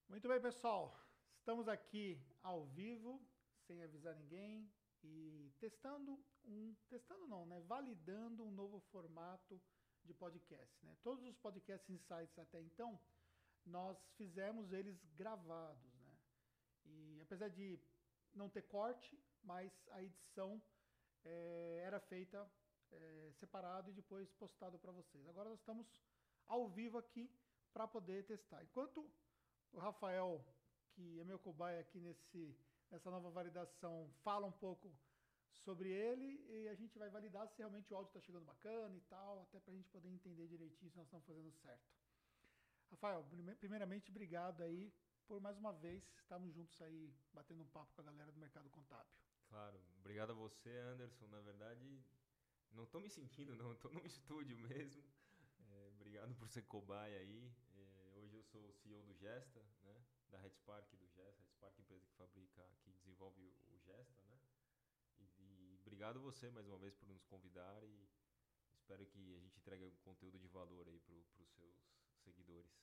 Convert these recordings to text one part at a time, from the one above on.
Muito bem, pessoal. Estamos aqui ao vivo, sem avisar ninguém e testando não, né? Validando um novo formato de podcast, né? Todos os podcasts insights até então, nós fizemos eles gravados, né? E apesar de não ter corte, mas a edição era feita separado e depois postado para vocês. Agora nós estamos ao vivo aqui para poder testar. Enquanto o Rafael, que é meu cobaia aqui nessa nova validação, fala um pouco sobre ele e a gente vai validar se realmente o áudio está chegando bacana e tal, até para a gente poder entender direitinho se nós estamos fazendo certo. Rafael, primeiramente, obrigado aí por mais uma vez estarmos juntos aí batendo um papo com a galera do mercado contábil. Claro, obrigado a você, Anderson. Na verdade, não estou me sentindo, não, estou no estúdio mesmo. Obrigado por ser cobaia aí. Hoje eu sou o CEO do Gesta, né? Da Redspark do Gesta. Redspark é a empresa que fabrica, que desenvolve o Gesta, né? E obrigado a você mais uma vez por nos convidar e espero que a gente entregue um conteúdo de valor aí para os seus seguidores.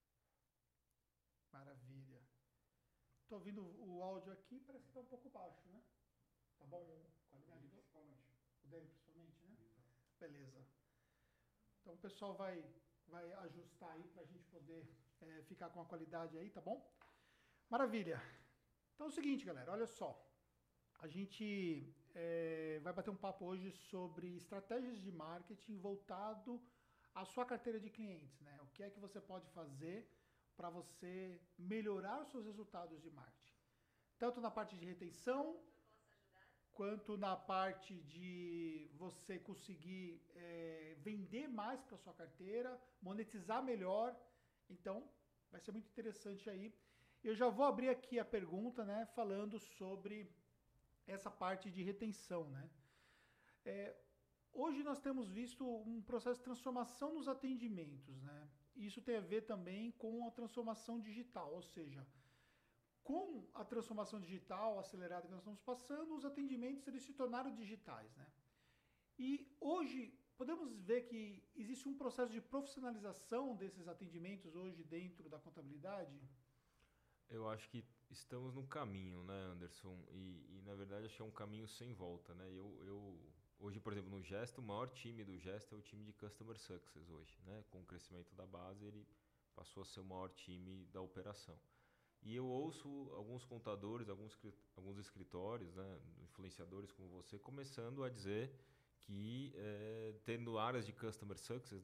Maravilha. Tô ouvindo o áudio aqui, parece que tá um pouco baixo, né? Tá bom a qualidade do? Principalmente. O dele principalmente, né? Exato. Beleza. Então o pessoal vai ajustar aí pra gente poder ficar com a qualidade aí, tá bom? Maravilha. Então é o seguinte, galera, olha só. A gente vai bater um papo hoje sobre estratégias de marketing voltado à sua carteira de clientes, né? O que é que você pode fazer para você melhorar os seus resultados de marketing? Tanto na parte de retenção, quanto na parte de você conseguir vender mais para sua carteira, monetizar melhor. Então, vai ser muito interessante aí. Eu já vou abrir aqui a pergunta, né, falando sobre essa parte de retenção, né? É, Hoje nós temos visto um processo de transformação nos atendimentos, né? Isso tem a ver também com a transformação digital, ou seja, com a transformação digital acelerada que nós estamos passando, os atendimentos eles se tornaram digitais, né? E hoje podemos ver que existe um processo de profissionalização desses atendimentos hoje dentro da contabilidade. Eu acho que estamos no caminho, né, Anderson? Na verdade acho que é um caminho sem volta, né? Hoje, por exemplo, no Gesta, o maior time do Gesta é o time de Customer Success hoje, né? Com o crescimento da base, ele passou a ser o maior time da operação. E eu ouço alguns contadores, alguns escritórios, né, influenciadores como você, começando a dizer que tendo áreas de Customer Success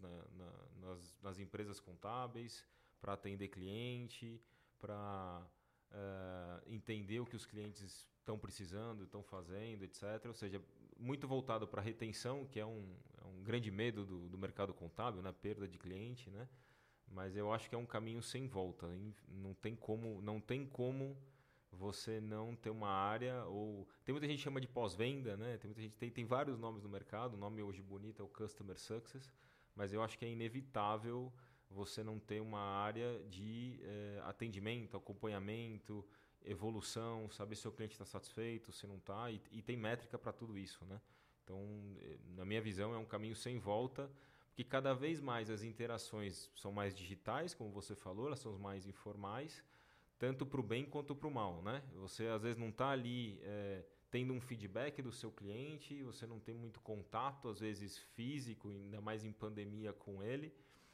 nas empresas contábeis, para atender cliente, para entender o que os clientes estão precisando, estão fazendo, etc. Ou seja, muito voltado para a retenção, que é um grande medo do mercado contábil, né? Perda de cliente, né? Mas eu acho que é um caminho sem volta. Não tem como você não ter uma área ou tem muita gente que chama de pós-venda, né? Tem muita gente tem vários nomes no mercado. O nome hoje bonito é o Customer Success, mas eu acho que é inevitável você não ter uma área de atendimento, acompanhamento, evolução, saber se o cliente está satisfeito, se não está, e tem métrica para tudo isso, né? Então, na minha visão, é um caminho sem volta, porque cada vez mais as interações são mais digitais, como você falou, elas são mais informais, tanto para o bem quanto para o mal, né? Você às vezes não está ali tendo um feedback do seu cliente, você não tem muito contato, às vezes físico, ainda mais em pandemia com ele,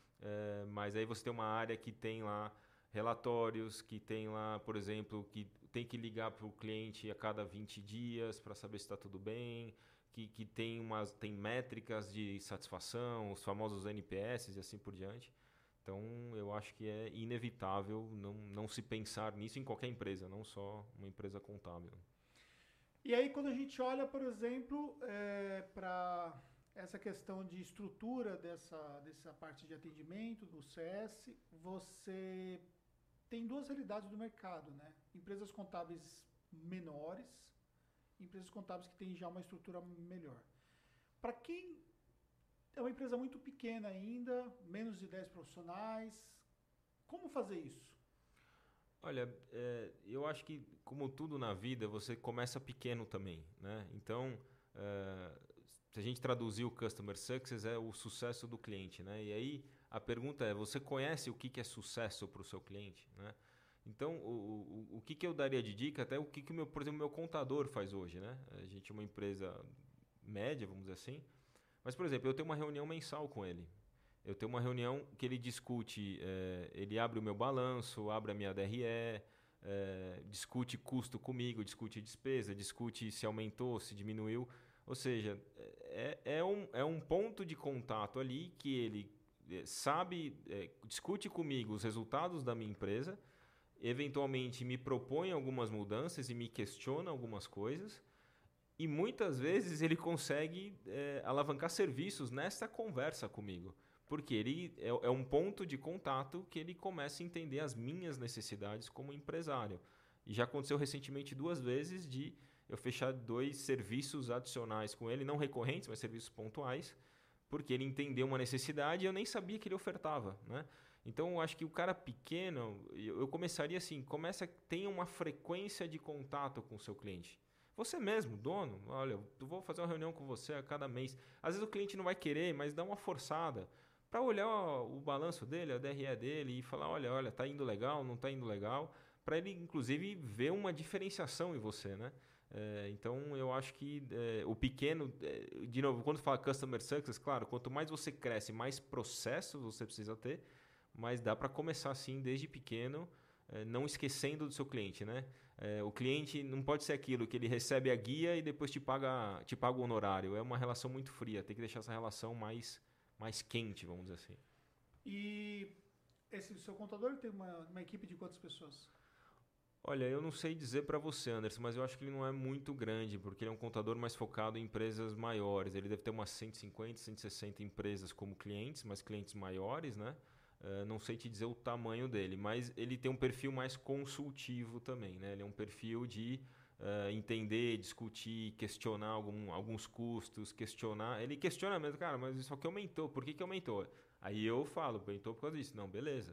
mas aí você tem uma área que tem lá relatórios, que tem lá, por exemplo, que tem que ligar para o cliente a cada 20 dias para saber se está tudo bem, que tem métricas de satisfação, os famosos NPS e assim por diante. Então, eu acho que é inevitável não se pensar nisso em qualquer empresa, não só uma empresa contábil. E aí, quando a gente olha, por exemplo, para essa questão de estrutura dessa parte de atendimento, do CS, você tem duas realidades do mercado, né? Empresas contábeis menores, empresas contábeis que têm já uma estrutura melhor. Para quem é uma empresa muito pequena ainda, menos de 10 profissionais, como fazer isso? Olha, eu acho que, como tudo na vida, você começa pequeno também, né? Então, se a gente traduzir o Customer Success, é o sucesso do cliente, né? E aí, a pergunta é, você conhece o que é sucesso para o seu cliente, né? Então, o que eu daria de dica, até o que por exemplo, meu contador faz hoje, né? A gente é uma empresa média, vamos dizer assim. Mas, por exemplo, eu tenho uma reunião mensal com ele. Eu tenho uma reunião que ele discute, ele abre o meu balanço, abre a minha DRE, discute custo comigo, discute despesa, discute se aumentou, se diminuiu. Ou seja, é um ponto de contato ali que ele sabe, discute comigo os resultados da minha empresa, eventualmente me propõe algumas mudanças e me questiona algumas coisas. E muitas vezes ele consegue alavancar serviços nessa conversa comigo. Porque ele é um ponto de contato que ele começa a entender as minhas necessidades como empresário. E já aconteceu recentemente 2 vezes de eu fechar 2 serviços adicionais com ele, não recorrentes, mas serviços pontuais, porque ele entendeu uma necessidade e eu nem sabia que ele ofertava, né? Então, eu acho que o cara pequeno, eu começaria assim, tenha uma frequência de contato com o seu cliente. Você mesmo, dono, olha, eu vou fazer uma reunião com você a cada mês. Às vezes o cliente não vai querer, mas dá uma forçada para olhar o balanço dele, a DRE dele e falar, olha, tá indo legal, não tá indo legal, para ele inclusive ver uma diferenciação em você, né? Então eu acho que o pequeno, de novo, quando fala Customer Success, claro, quanto mais você cresce, mais processos você precisa ter, mas dá para começar assim desde pequeno, não esquecendo do seu cliente, né? O cliente não pode ser aquilo que ele recebe a guia e depois te paga o honorário. É uma relação muito fria, tem que deixar essa relação mais quente, vamos dizer assim. E esse seu contador ele tem uma equipe de quantas pessoas? Olha, eu não sei dizer para você, Anderson, mas eu acho que ele não é muito grande, porque ele é um contador mais focado em empresas maiores. Ele deve ter umas 150, 160 empresas como clientes, mas clientes maiores, né? Não sei te dizer o tamanho dele, mas ele tem um perfil mais consultivo também, né? Ele é um perfil de entender, discutir, questionar alguns custos, questionar. Ele questiona mesmo, cara, mas isso aqui aumentou, por que aumentou? Aí eu falo, aumentou por causa disso. Não, beleza.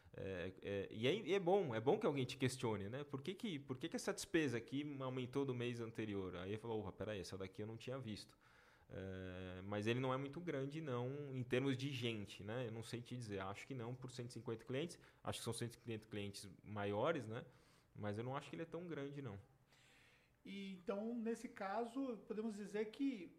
E é bom que alguém te questione, né? Por que essa despesa aqui aumentou do mês anterior? Aí ele falou, peraí, essa daqui eu não tinha visto. Mas ele não é muito grande, não, em termos de gente, né? Eu não sei te dizer, acho que não por 150 clientes, acho que são 150 clientes maiores, né? Mas eu não acho que ele é tão grande, não. E, então, nesse caso, podemos dizer que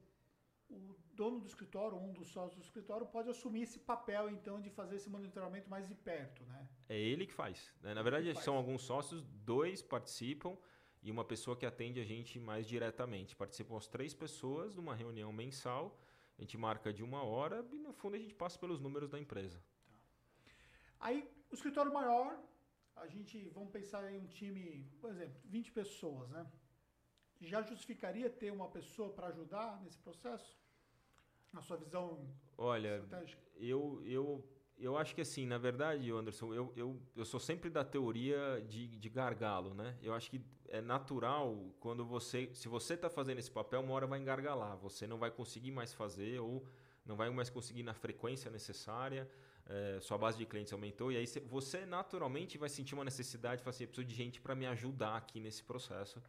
o dono do escritório, um dos sócios do escritório, pode assumir esse papel, então, de fazer esse monitoramento mais de perto, né? É ele que faz, né? Na verdade, são alguns sócios, 2 participam e uma pessoa que atende a gente mais diretamente. Participam as 3 pessoas de uma reunião mensal, a gente marca de 1 hora e, no fundo, a gente passa pelos números da empresa. Tá. Aí, o escritório maior, vamos pensar em um time, por exemplo, 20 pessoas, né? Já justificaria ter uma pessoa para ajudar nesse processo? Na sua visão estratégica? Eu acho que assim, na verdade, Anderson, eu sou sempre da teoria de gargalo, né? Eu acho que é natural quando se você está fazendo esse papel, uma hora vai engargalar, você não vai conseguir mais fazer ou não vai mais conseguir na frequência necessária, sua base de clientes aumentou e aí você naturalmente vai sentir uma necessidade de falar assim, eu preciso de gente para me ajudar aqui nesse processo.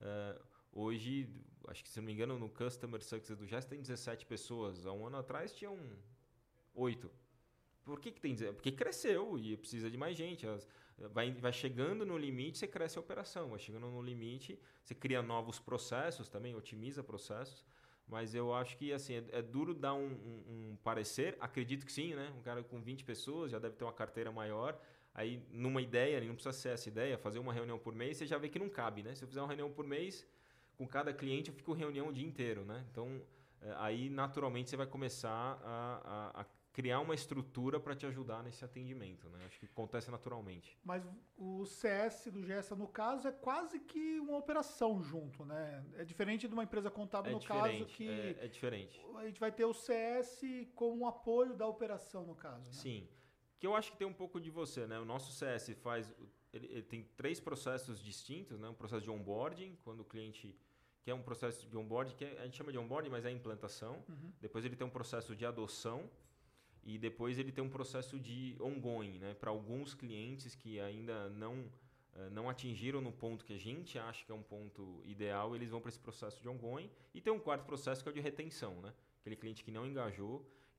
Hoje, acho que se não me engano, no Customer Success do Gest tem 17 pessoas. Há um ano atrás tinham 8. Por que tem 17? Porque cresceu e precisa de mais gente. Vai chegando no limite, você cresce a operação. Vai chegando no limite, você cria novos processos também, otimiza processos. Mas eu acho que assim, é duro dar um parecer. Acredito que sim, né? Um cara com 20 pessoas já deve ter uma carteira maior. Aí, numa ideia, não precisa ser essa ideia, fazer uma reunião por mês, você já vê que não cabe, né? Se eu fizer uma reunião por mês, com cada cliente eu fico reunião o dia inteiro, né? Então, aí naturalmente você vai começar a criar uma estrutura para te ajudar nesse atendimento, né? Acho que acontece naturalmente. Mas o CS do Gesta, no caso, é quase que uma operação junto, né? É diferente de uma empresa contábil, no caso, que... É diferente. A gente vai ter o CS como um apoio da operação, no caso, né? Sim. Que eu acho que tem um pouco de você, né? O nosso CS ele tem 3 processos distintos, né? Um processo de onboarding, quando o cliente que é um processo de onboarding, que a gente chama de onboarding, mas é a implantação. Uhum. Depois ele tem um processo de adoção e depois ele tem um processo de ongoing, né? Para alguns clientes que ainda não atingiram no ponto que a gente acha que é um ponto ideal, eles vão para esse processo de ongoing. E tem um 4º processo que é o de retenção, né? Aquele cliente que não engajou.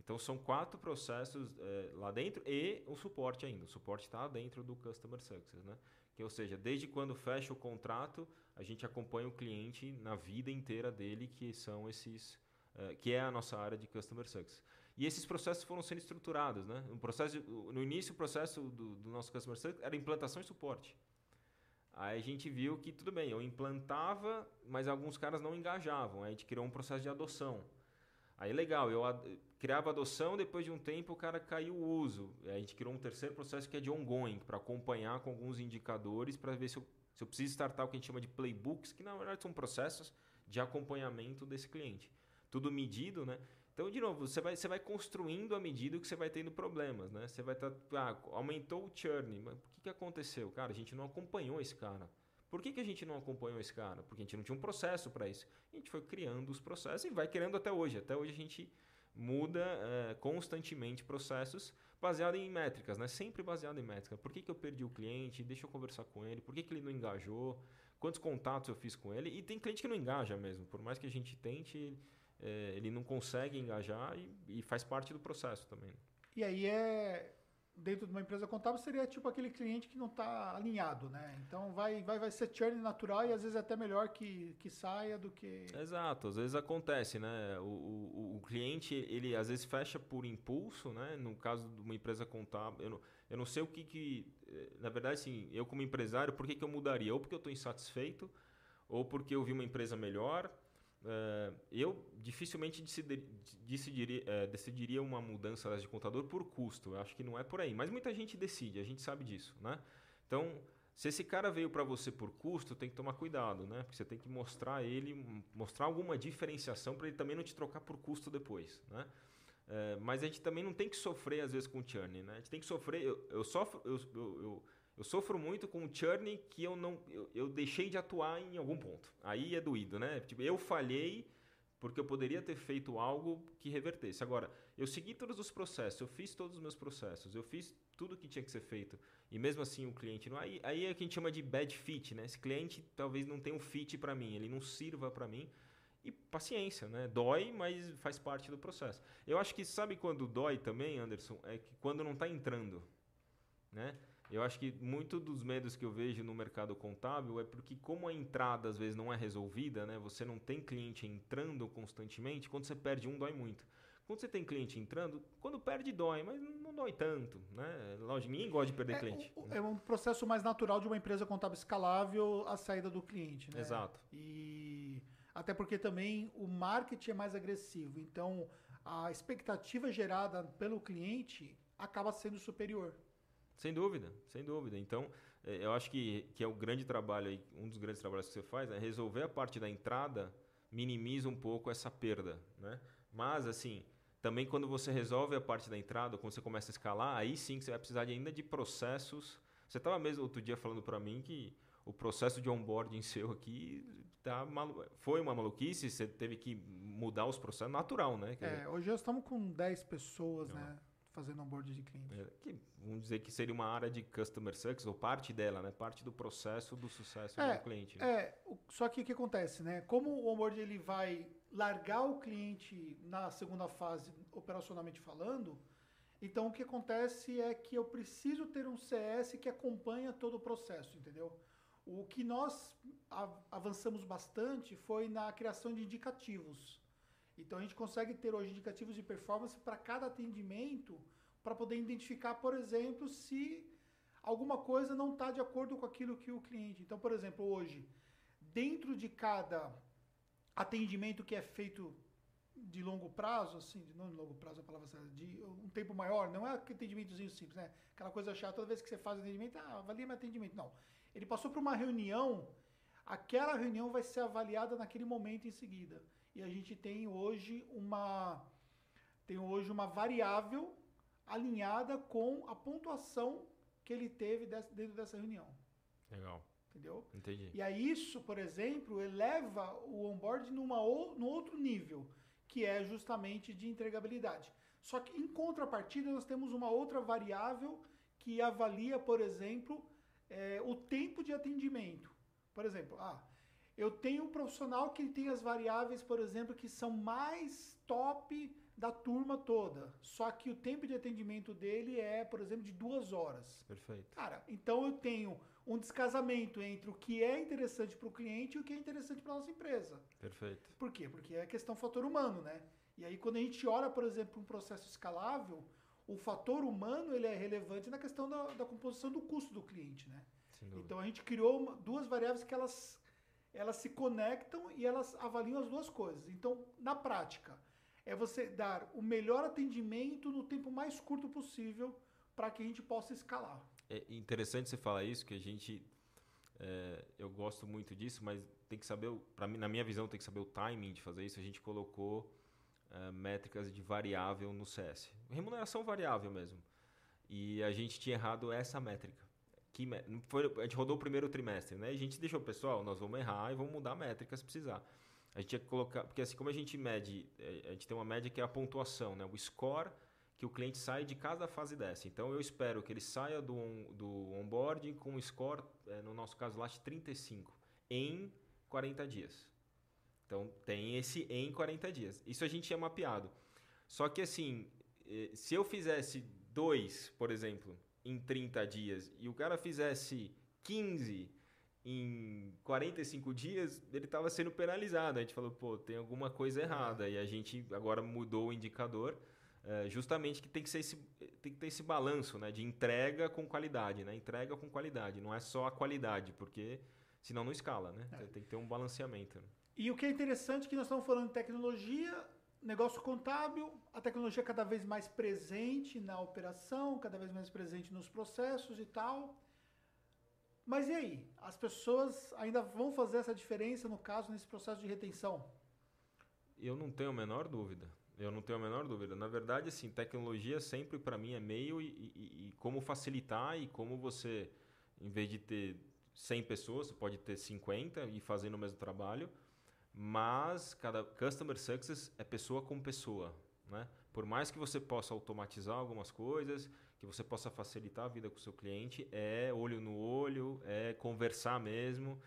Então são 4 processos lá dentro e o suporte ainda. O suporte está dentro do Customer Success, né? Que, ou seja, desde quando fecha o contrato, a gente acompanha o cliente na vida inteira dele, que são esses, que é a nossa área de Customer Success. E esses processos foram sendo estruturados, né? No início, o processo do nosso Customer Success era implantação e suporte. Aí a gente viu que, tudo bem, eu implantava, mas alguns caras não engajavam. Aí a gente criou um processo de adoção. Aí legal, eu criava adoção, depois de um tempo o cara caiu o uso. Aí a gente criou um terceiro processo que é de ongoing, para acompanhar com alguns indicadores, para ver se eu preciso startar o que a gente chama de playbooks, que na verdade são processos de acompanhamento desse cliente. Tudo medido, né? Então, de novo, você vai construindo à medida que você vai tendo problemas, né? Você vai aumentou o churn, mas por que aconteceu? Cara, a gente não acompanhou esse cara. Por que a gente não acompanhou esse cara? Porque a gente não tinha um processo para isso. A gente foi criando os processos e vai criando até hoje. Até hoje a gente muda constantemente processos baseado em métricas, né? Sempre baseado em métricas. Por que eu perdi o cliente? Deixa eu conversar com ele. Por que ele não engajou? Quantos contatos eu fiz com ele? E tem cliente que não engaja mesmo. Por mais que a gente tente, ele não consegue engajar e faz parte do processo também. E aí dentro de uma empresa contábil seria tipo aquele cliente que não está alinhado, né? Então vai ser churn natural e às vezes é até melhor que saia do que... Exato, às vezes acontece, né? O cliente, ele às vezes fecha por impulso, né? No caso de uma empresa contábil, eu não sei o que... Na verdade, assim, eu como empresário, por que eu mudaria? Ou porque eu estou insatisfeito, ou porque eu vi uma empresa melhor. Eu dificilmente decidiria uma mudança de contador por custo. Eu acho que não é por aí. Mas muita gente decide, a gente sabe disso, né? Então, se esse cara veio para você por custo, tem que tomar cuidado, né? Porque você tem que mostrar alguma diferenciação para ele também não te trocar por custo depois, né? Mas a gente também não tem que sofrer às vezes com o churn, né? A gente tem que sofrer. Eu sofro muito com o churn que eu deixei de atuar em algum ponto. Aí é doído, né? Tipo, eu falhei porque eu poderia ter feito algo que revertesse. Agora, eu segui todos os processos, eu fiz todos os meus processos, eu fiz tudo que tinha que ser feito. E mesmo assim o cliente... Aí é o que a gente chama de bad fit, né? Esse cliente talvez não tenha um fit para mim, ele não sirva para mim. E paciência, né? Dói, mas faz parte do processo. Eu acho que sabe quando dói também, Anderson? É que quando não está entrando, né? Eu acho que muito dos medos que eu vejo no mercado contábil é porque como a entrada às vezes não é resolvida, né? Você não tem cliente entrando constantemente, quando você perde um dói muito. Quando você tem cliente entrando, quando perde dói, mas não dói tanto, né? Lógico, ninguém gosta de perder cliente. É um processo mais natural de uma empresa contábil escalável a saída do cliente, né? Exato. E até porque também o marketing é mais agressivo, então a expectativa gerada pelo cliente acaba sendo superior. Sem dúvida, sem dúvida. Então, eu acho que é o grande trabalho aí, um dos grandes trabalhos que você faz, é resolver a parte da entrada, minimiza um pouco essa perda, né? Mas, assim, também quando você resolve a parte da entrada, quando você começa a escalar, aí sim que você vai precisar ainda de processos. Você estava mesmo outro dia falando para mim que o processo de onboarding seu aqui foi uma maluquice, você teve que mudar os processos, natural, né? Hoje nós estamos com 10 pessoas, né? Fazendo onboard de cliente. Vamos dizer que seria uma área de Customer Success, ou parte dela, né? Parte do processo do sucesso do cliente. Né? Só que o que acontece, né? Como o onboard ele vai largar o cliente na segunda fase, operacionalmente falando, então o que acontece é que eu preciso ter um CS que acompanha todo o processo, entendeu? O que nós avançamos bastante foi na criação de indicativos. Então a gente consegue ter hoje indicativos de performance para cada atendimento, para poder identificar, por exemplo, se alguma coisa não está de acordo com aquilo que o cliente... Então, por exemplo, hoje, dentro de cada atendimento que é feito de longo prazo, assim, não de longo prazo, a palavra certa, de um tempo maior, não é aquele atendimentozinho simples, né? Aquela coisa chata, toda vez que você faz atendimento, avalia meu atendimento. Não. Ele passou por uma reunião, aquela reunião vai ser avaliada naquele momento em seguida. E a gente tem hoje uma variável alinhada com a pontuação que ele teve dentro dessa reunião. Legal. Entendeu? Entendi. E aí isso, por exemplo, eleva o onboard no outro nível, que é justamente de entregabilidade. Só que em contrapartida nós temos uma outra variável que avalia, por exemplo, o tempo de atendimento. Por exemplo, Eu tenho um profissional que tem as variáveis, por exemplo, que são mais top da turma toda. Só que o tempo de atendimento dele é, por exemplo, de 2 horas. Perfeito. Cara, então eu tenho um descasamento entre o que é interessante para o cliente e o que é interessante para a nossa empresa. Perfeito. Por quê? Porque é questão fator humano, né? E aí quando a gente olha, por exemplo, um processo escalável, o fator humano ele é relevante na questão da composição do custo do cliente, né? Então a gente criou duas variáveis que elas se conectam e elas avaliam as duas coisas. Então, na prática, é você dar o melhor atendimento no tempo mais curto possível para que a gente possa escalar. É interessante você falar isso, que a gente... eu gosto muito disso, mas tem que saber, na minha visão, tem que saber o timing de fazer isso. A gente colocou métricas de variável no CS. Remuneração variável mesmo. E a gente tinha errado essa métrica. A gente rodou o primeiro trimestre, né? E a gente deixou, pessoal, nós vamos errar e vamos mudar a métrica se precisar. A gente tinha que colocar, porque assim como a gente mede, a gente tem uma média que é a pontuação, né? O score que o cliente sai de cada fase dessa. Então eu espero que ele saia do onboarding com um score, no nosso caso lá, de 35 em 40 dias. Então tem esse em 40 dias. Isso a gente tinha mapeado. Só que assim, se eu fizesse 2, por exemplo, em 30 dias e o cara fizesse 15 em 45 dias, ele estava sendo penalizado. A gente falou, pô, tem alguma coisa errada. E a gente agora mudou o indicador, justamente que tem que ter esse balanço, né, de entrega com qualidade. Né? Entrega com qualidade, não é só a qualidade, porque senão não escala. Né? Tem que ter um balanceamento. Né? E o que é interessante é que nós estamos falando de tecnologia, negócio contábil, a tecnologia cada vez mais presente na operação, cada vez mais presente nos processos e tal. Mas e aí? As pessoas ainda vão fazer essa diferença, no caso, nesse processo de retenção? Eu não tenho a menor dúvida. Na verdade, assim, tecnologia sempre para mim é meio e como facilitar e como você, em vez de ter 100 pessoas, você pode ter 50 e fazendo o mesmo trabalho. Mas cada Customer Success é pessoa com pessoa, né? Por mais que você possa automatizar algumas coisas, que você possa facilitar a vida com o seu cliente, é olho no olho, é conversar mesmo.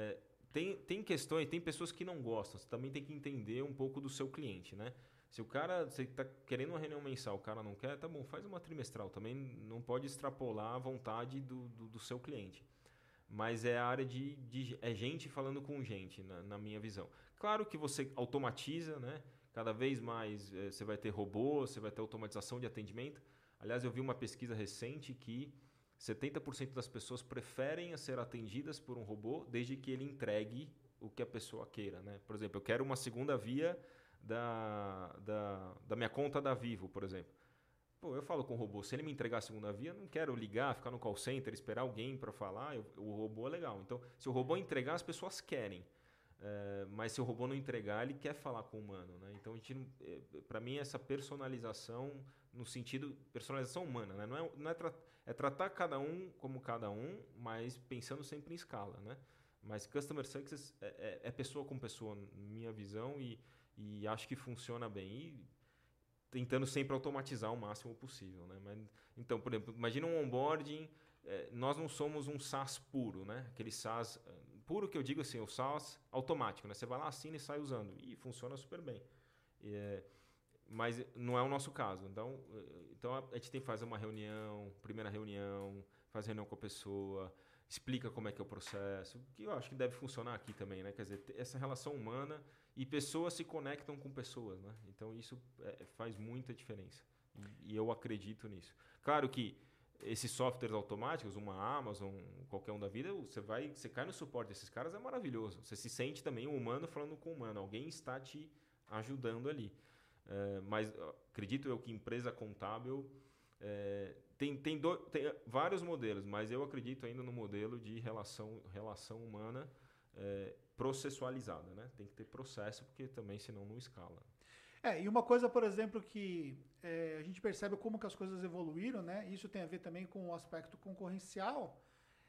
Tem questões, tem pessoas que não gostam, você também tem que entender um pouco do seu cliente, né? Se o cara, você está querendo uma reunião mensal, o cara não quer, tá bom, faz uma trimestral. Também não pode extrapolar a vontade do seu cliente. Mas é a área é gente falando com gente, na minha visão. Claro que você automatiza, né? Cada vez mais você vai ter robô, você vai ter automatização de atendimento. Aliás, eu vi uma pesquisa recente que 70% das pessoas preferem ser atendidas por um robô desde que ele entregue o que a pessoa queira. Né? Por exemplo, eu quero uma segunda via da minha conta da Vivo, por exemplo. Pô, eu falo com o robô, se ele me entregar a segunda via, não quero ligar, ficar no call center, esperar alguém para falar, o robô é legal. Então, se o robô entregar, as pessoas querem. Mas se o robô não entregar, ele quer falar com o humano. Né? Então, para mim, essa personalização, no sentido, personalização humana, né? É tratar cada um como cada um, mas pensando sempre em escala. Né? Mas Customer Success é pessoa com pessoa, minha visão, e acho que funciona bem. E tentando sempre automatizar o máximo possível, né? Então, por exemplo, imagina um onboarding, nós não somos um SaaS puro, né? Aquele SaaS puro que eu digo assim, o SaaS automático, né? Você vai lá, assina e sai usando, e funciona super bem. Mas não é o nosso caso. Então a gente tem que fazer uma reunião, primeira reunião, faz reunião com a pessoa, explica como é que é o processo, que eu acho que deve funcionar aqui também, né? Quer dizer, essa relação humana e pessoas se conectam com pessoas, né? Então isso faz muita diferença e eu acredito nisso. Claro que esses softwares automáticos, uma Amazon, qualquer um da vida, você cai no suporte desses caras, é maravilhoso. Você se sente também um humano falando com um humano, alguém está te ajudando ali. Mas acredito eu que empresa contábil tem vários modelos, mas eu acredito ainda no modelo de relação humana processualizada, né? Tem que ter processo, porque também senão não escala. E uma coisa, por exemplo, que a gente percebe como que as coisas evoluíram, né? Isso tem a ver também com o aspecto concorrencial,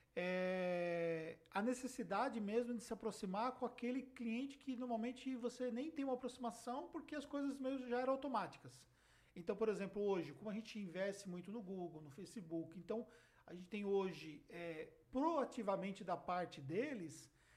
a necessidade mesmo de se aproximar com aquele cliente que normalmente você nem tem uma aproximação porque as coisas mesmo já eram automáticas. Então, por exemplo, hoje, como a gente investe muito no Google, no Facebook, então a gente tem hoje, proativamente da parte deles,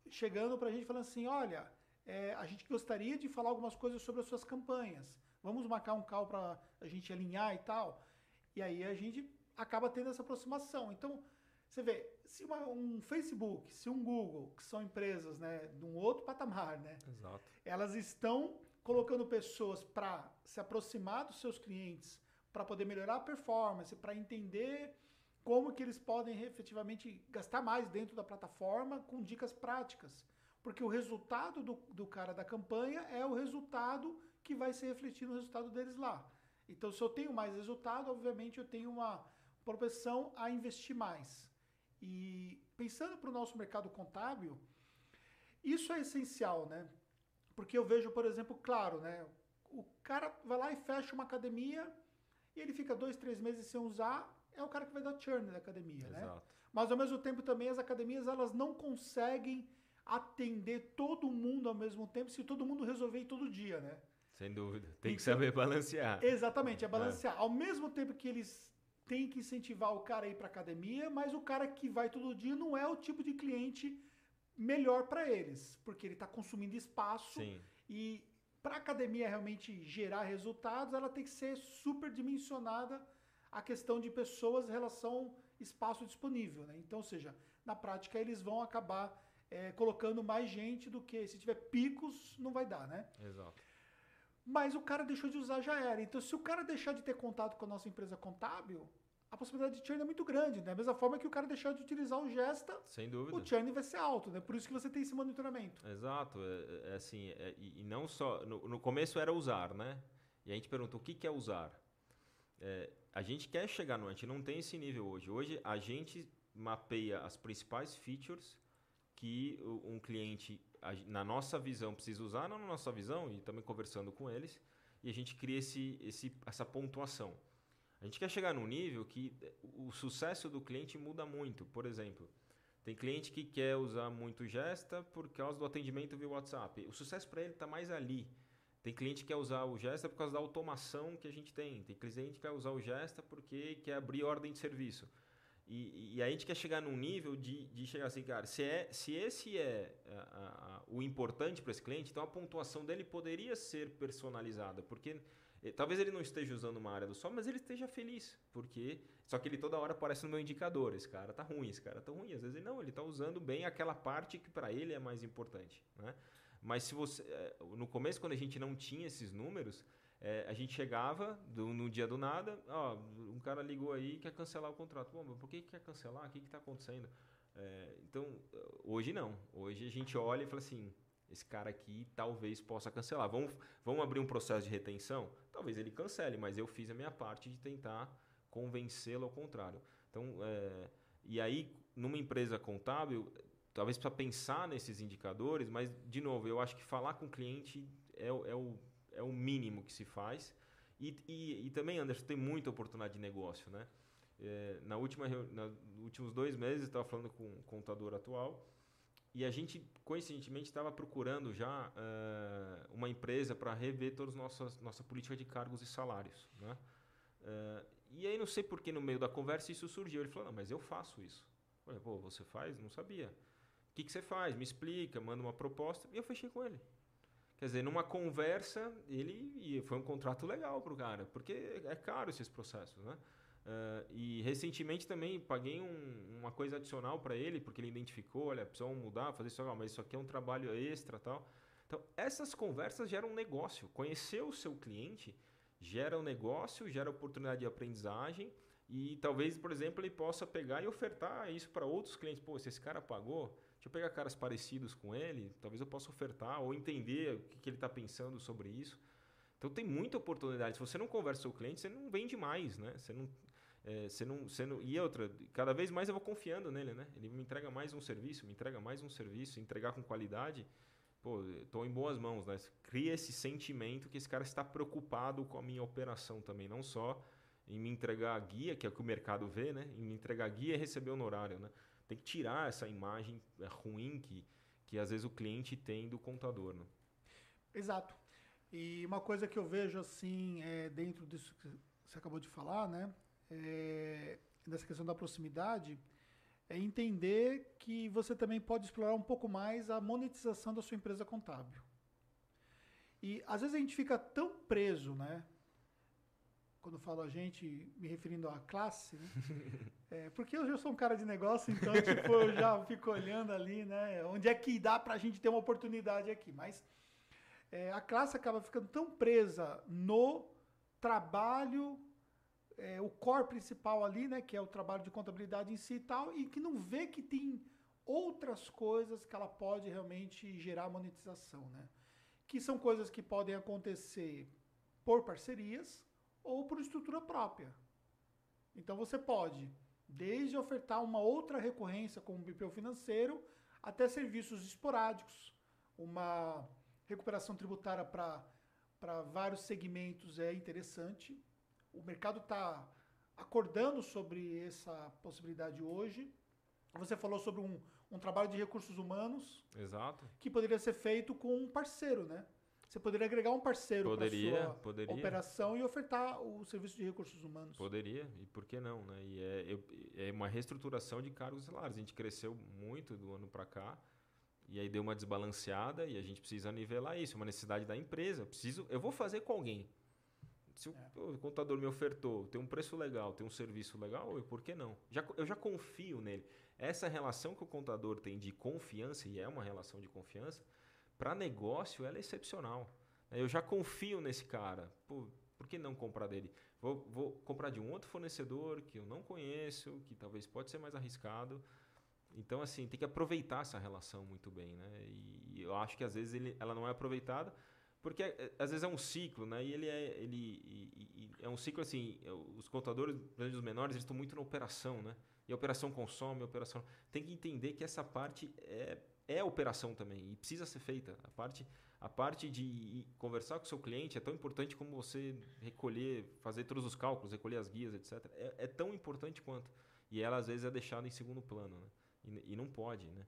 chegando para a gente falando assim, olha, a gente gostaria de falar algumas coisas sobre as suas campanhas. Vamos marcar um call para a gente alinhar e tal. E aí a gente acaba tendo essa aproximação. Então, você vê, se um Facebook, se um Google, que são empresas, né, de um outro patamar, né? Exato. Elas estão colocando pessoas para se aproximar dos seus clientes, para poder melhorar a performance, para entender como que eles podem efetivamente gastar mais dentro da plataforma com dicas práticas. Porque o resultado do cara da campanha é o resultado que vai ser refletido no resultado deles lá. Então, se eu tenho mais resultado, obviamente eu tenho uma propensão a investir mais. E pensando para o nosso mercado contábil, isso é essencial, né? Porque eu vejo, por exemplo, claro, né? O cara vai lá e fecha uma academia e ele fica 2, 3 meses sem usar, é o cara que vai dar churn da academia, né? Exato. Mas ao mesmo tempo também as academias elas não conseguem atender todo mundo ao mesmo tempo se todo mundo resolver ir todo dia, né? Sem dúvida. Tem que saber balancear. Exatamente, é balancear. Ao mesmo tempo que eles têm que incentivar o cara a ir para academia, mas o cara que vai todo dia não é o tipo de cliente melhor para eles, porque ele está consumindo espaço. Sim. E para a academia realmente gerar resultados, ela tem que ser superdimensionada a questão de pessoas em relação ao espaço disponível, né? Então, ou seja, na prática eles vão acabar colocando mais gente do que se tiver picos, não vai dar, né? Exato. Mas o cara deixou de usar, já era. Então, se o cara deixar de ter contato com a nossa empresa contábil, a possibilidade de churn é muito grande, né? Da mesma forma que o cara deixar de utilizar o Gesta, sem dúvida, o churn vai ser alto, né? Por isso que você tem esse monitoramento. Exato. Assim, e não só... No começo era usar, né? E a gente pergunta, o que é usar? A gente quer chegar no... A gente não tem esse nível hoje. Hoje, a gente mapeia as principais features que um cliente, na nossa visão, precisa usar, não na nossa visão, e também conversando com eles, e a gente cria essa pontuação. A gente quer chegar num nível que o sucesso do cliente muda muito. Por exemplo, tem cliente que quer usar muito Gesta por causa do atendimento via WhatsApp. O sucesso para ele está mais ali. Tem cliente que quer usar o Gesta por causa da automação que a gente tem. Tem cliente que quer usar o Gesta porque quer abrir ordem de serviço. E a gente quer chegar num nível de chegar assim, cara, se esse é o importante para esse cliente, então a pontuação dele poderia ser personalizada, porque talvez ele não esteja usando uma área do software, mas ele esteja feliz, porque só que ele toda hora aparece no meu indicador, esse cara tá ruim, esse cara tá ruim, às vezes ele tá usando bem aquela parte que para ele é mais importante, né? Mas se você, no começo, quando a gente não tinha esses números, a gente chegava no dia do nada, um cara ligou aí e quer cancelar o contrato. Bom, mas por que quer cancelar? O que está acontecendo? Então, hoje não. Hoje a gente olha e fala assim, esse cara aqui talvez possa cancelar. Vamos abrir um processo de retenção? Talvez ele cancele, mas eu fiz a minha parte de tentar convencê-lo ao contrário. Então, e aí, numa empresa contábil, talvez precisa pensar nesses indicadores, mas, de novo, eu acho que falar com o cliente é o mínimo que se faz. E também, Anderson, tem muita oportunidade de negócio, né? Nos últimos 2 meses, eu estava falando com o contador atual e a gente, coincidentemente, estava procurando já uma empresa para rever toda a nossa política de cargos e salários, né? E aí, não sei por que no meio da conversa isso surgiu. Ele falou, não, mas eu faço isso. Eu falei, pô, você faz? Não sabia. O que você faz? Me explica, manda uma proposta. E eu fechei com ele. Quer dizer, numa conversa, foi um contrato legal para o cara, porque é caro esses processos, né? E recentemente também paguei uma coisa adicional para ele, porque ele identificou, olha, precisamos mudar, fazer isso, mas isso aqui é um trabalho extra e tal. Então, essas conversas geram um negócio. Conhecer o seu cliente gera um negócio, gera oportunidade de aprendizagem e talvez, por exemplo, ele possa pegar e ofertar isso para outros clientes. Pô, se esse cara pagou, deixa eu pegar caras parecidos com ele, talvez eu possa ofertar ou entender o que ele está pensando sobre isso. Então tem muita oportunidade. Se você não conversa com o seu cliente, você não vende mais, né? E outra, cada vez mais eu vou confiando nele, né? Ele me entrega mais um serviço, entregar com qualidade. Pô, estou em boas mãos, né? Cria esse sentimento que esse cara está preocupado com a minha operação também, não só em me entregar a guia, que é o que o mercado vê, né? Em me entregar a guia e receber honorário, né? Tem que tirar essa imagem ruim que às vezes o cliente tem do contador, né? Exato. E uma coisa que eu vejo assim, dentro disso que você acabou de falar, né? Nessa questão da proximidade, é entender que você também pode explorar um pouco mais a monetização da sua empresa contábil. E às vezes a gente fica tão preso, né? Quando eu falo a gente, me referindo à classe, né? Porque eu já sou um cara de negócio, então tipo, eu já fico olhando ali, né? Onde é que dá pra gente ter uma oportunidade aqui. Mas a classe acaba ficando tão presa no trabalho, o core principal ali, né? Que é o trabalho de contabilidade em si e tal, e que não vê que tem outras coisas que ela pode realmente gerar monetização, né? Que são coisas que podem acontecer por parcerias ou por estrutura própria. Então você pode, desde ofertar uma outra recorrência como BPO financeiro, até serviços esporádicos, uma recuperação tributária para vários segmentos é interessante. O mercado está acordando sobre essa possibilidade hoje. Você falou sobre um trabalho de recursos humanos. Exato. Que poderia ser feito com um parceiro, né? Você poderia agregar um parceiro para sua operação e ofertar o serviço de recursos humanos. Poderia, e por que não, né? E é uma reestruturação de cargos e salários. A gente cresceu muito do ano para cá, e aí deu uma desbalanceada, e a gente precisa nivelar isso, é uma necessidade da empresa. Eu vou fazer com alguém. Se o contador me ofertou, tem um preço legal, tem um serviço legal, por que não? Eu já confio nele. Essa relação que o contador tem de confiança, e é uma relação de confiança, para negócio ela é excepcional. Eu já confio nesse cara. Por que não comprar dele? Vou comprar de um outro fornecedor que eu não conheço, que talvez pode ser mais arriscado. Então, assim, tem que aproveitar essa relação muito bem, né? E eu acho que às vezes ela não é aproveitada, porque às vezes é um ciclo, né? E é um ciclo assim, os contadores, os menores, eles estão muito na operação, né? E a operação consome, a operação... Tem que entender que essa parte é operação também e precisa ser feita. A parte de conversar com o seu cliente é tão importante como você recolher, fazer todos os cálculos, recolher as guias, etc. É tão importante quanto. E ela, às vezes, é deixada em segundo plano, né? E não pode, né?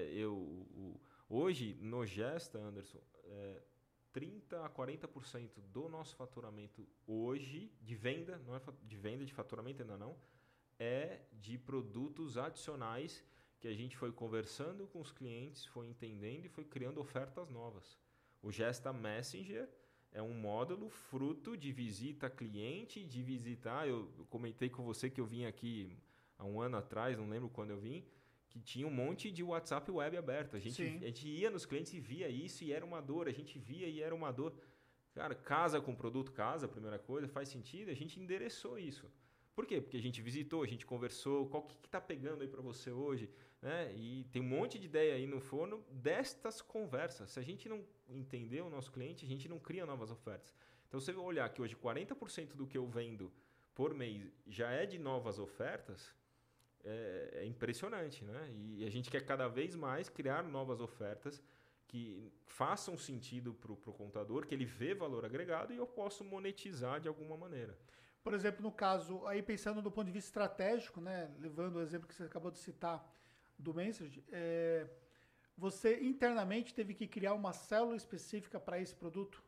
Hoje, no Gesta, Anderson, 30% a 40% do nosso faturamento hoje, de venda, não é de venda, de faturamento ainda não, é de produtos adicionais que a gente foi conversando com os clientes, foi entendendo e foi criando ofertas novas. O Gesta Messenger é um módulo fruto de visita a cliente, de visitar... Eu comentei com você que eu vim aqui há um ano atrás, não lembro quando eu vim, que tinha um monte de WhatsApp web aberto. A gente ia nos clientes e via isso e era uma dor. A gente via e era uma dor. Cara, casa com produto, casa, primeira coisa, faz sentido. A gente endereçou isso. Por quê? Porque a gente visitou, a gente conversou, qual que está pegando aí para você hoje, né? E tem um monte de ideia aí no forno destas conversas. Se a gente não entender o nosso cliente, a gente não cria novas ofertas. Então, se você olhar que hoje 40% do que eu vendo por mês já é de novas ofertas, é impressionante, né? E a gente quer cada vez mais criar novas ofertas que façam sentido para o contador, que ele vê valor agregado e eu posso monetizar de alguma maneira. Por exemplo, no caso, aí pensando do ponto de vista estratégico, né, levando o exemplo que você acabou de citar do Messenger, você internamente teve que criar uma célula específica para esse produto?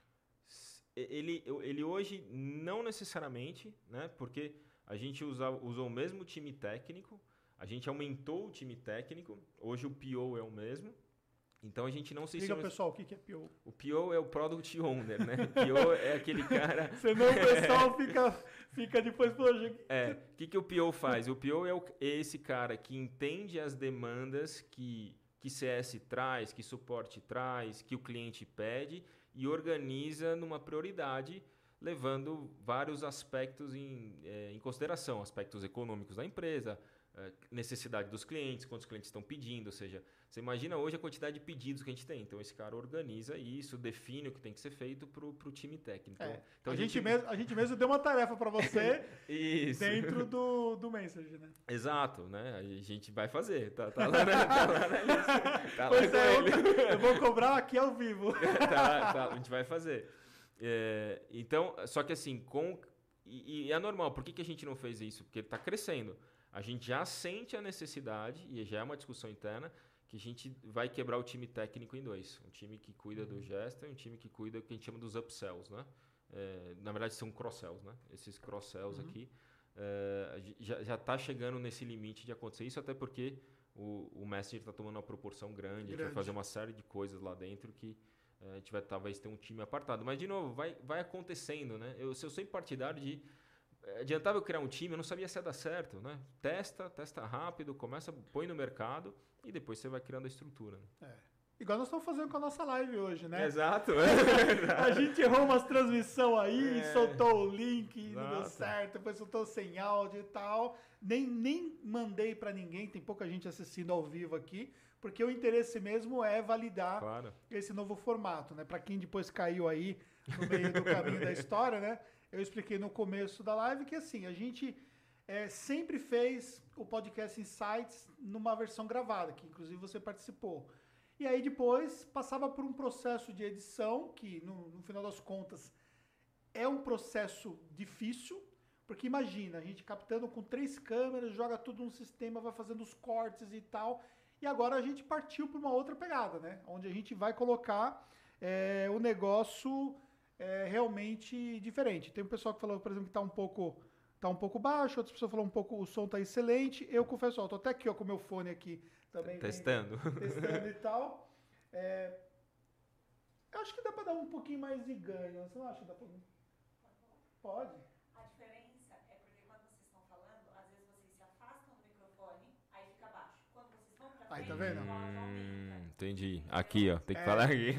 Ele hoje não necessariamente, né, porque a gente usou o mesmo time técnico, a gente aumentou o time técnico, hoje o PO é o mesmo. Então a gente não se... Explica, pessoal, o que é PO? O PO é o Product Owner, né? O PO é aquele cara... Senão o pessoal fica depois... O que o PO faz? O PO é esse cara que entende as demandas que CS traz, que suporte traz, que o cliente pede e organiza numa prioridade, levando vários aspectos em consideração. Aspectos econômicos da empresa, necessidade dos clientes, quantos clientes estão pedindo, ou seja... Você imagina hoje a quantidade de pedidos que a gente tem. Então, esse cara organiza isso, define o que tem que ser feito para o time técnico. Então, a gente mesmo deu uma tarefa para você dentro do Messenger, né? Exato, né? A gente vai fazer. Tá lá na lista. Tá lá eu vou cobrar aqui ao vivo. A gente vai fazer. Então, só que assim, e é normal. Por que a gente não fez isso? Porque ele está crescendo. A gente já sente a necessidade, e já é uma discussão interna, que a gente vai quebrar o time técnico em dois. Um time que cuida do Gesta e um time que cuida do que a gente chama dos upsells, né? Na verdade, são cross-sells, né? Esses cross-sells aqui. já está chegando nesse limite de acontecer isso, até porque o Messenger está tomando uma proporção grande, a gente vai fazer uma série de coisas lá dentro que a gente vai talvez ter um time apartado. Mas, de novo, vai acontecendo, né? Eu sou sempre partidário de... Adiantava eu criar um time, eu não sabia se ia dar certo, né? Testa rápido, põe no mercado e depois você vai criando a estrutura. Né? Igual nós estamos fazendo com a nossa live hoje, né? Exato. A gente errou umas transmissão aí, soltou o link, não deu certo, depois soltou sem áudio e tal. Nem mandei para ninguém, tem pouca gente assistindo ao vivo aqui, porque o interesse mesmo é validar esse novo formato, né? Para quem depois caiu aí no meio do caminho da história, né? Eu expliquei no começo da live que assim, a gente sempre fez o podcast Insights numa versão gravada, que inclusive você participou. E aí depois passava por um processo de edição, que no final das contas é um processo difícil, porque imagina, a gente captando com 3 câmeras, joga tudo num sistema, vai fazendo os cortes e tal, e agora a gente partiu para uma outra pegada, né? Onde a gente vai colocar o negócio realmente diferente. Tem um pessoal que falou, por exemplo, que tá um pouco baixo, outras pessoas falaram o som tá excelente. Eu confesso, tô até aqui com o meu fone aqui também. Testando e tal. Eu acho que dá para dar um pouquinho mais de ganho. Você não acha que dá para... Pode. A diferença é porque quando vocês estão falando, às vezes vocês se afastam do microfone, aí fica baixo. Quando vocês vão pra frente, tá vendo? Entendi. Aqui, ó. Tem que falar aqui.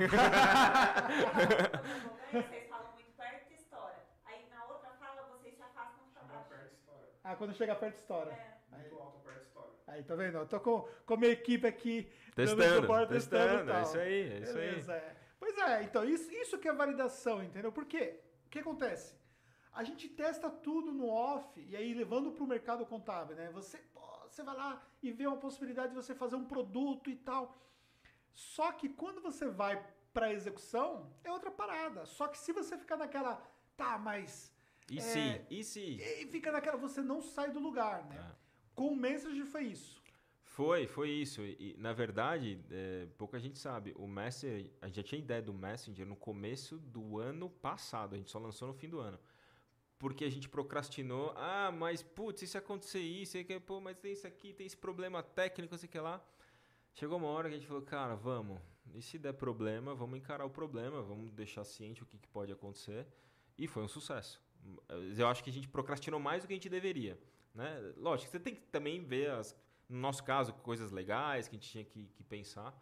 Vocês falam muito perto e estoura. Aí na outra fala, vocês se afastam pra baixo. Perto estoura. Quando chega perto estoura. Muito alto, perto estoura. Aí, tá vendo? Eu tô com a minha equipe aqui. Testando. É isso aí, isso Beleza, aí. Pois então, isso que é validação, entendeu? Por quê? O que acontece? A gente testa tudo no off, e aí levando para o mercado contábil, né? Você vai lá e vê uma possibilidade de você fazer um produto e tal. Só que quando você vai para a execução, é outra parada. Só que se você ficar naquela, mas... E se? E fica naquela, você não sai do lugar, né? Com o Messenger foi isso. Foi isso. E, na verdade, pouca gente sabe. O Messenger, a gente já tinha ideia do Messenger no começo do ano passado. A gente só lançou no fim do ano. Porque a gente procrastinou. Mas, putz, e se acontecer isso? Mas tem isso aqui, tem esse problema técnico, sei que lá. Chegou uma hora que a gente falou, cara, vamos. E se der problema, vamos encarar o problema. Vamos deixar ciente o que pode acontecer. E foi um sucesso. Eu acho que a gente procrastinou mais do que a gente deveria. Né? Lógico, você tem que também ver, no nosso caso, coisas legais que a gente tinha que pensar.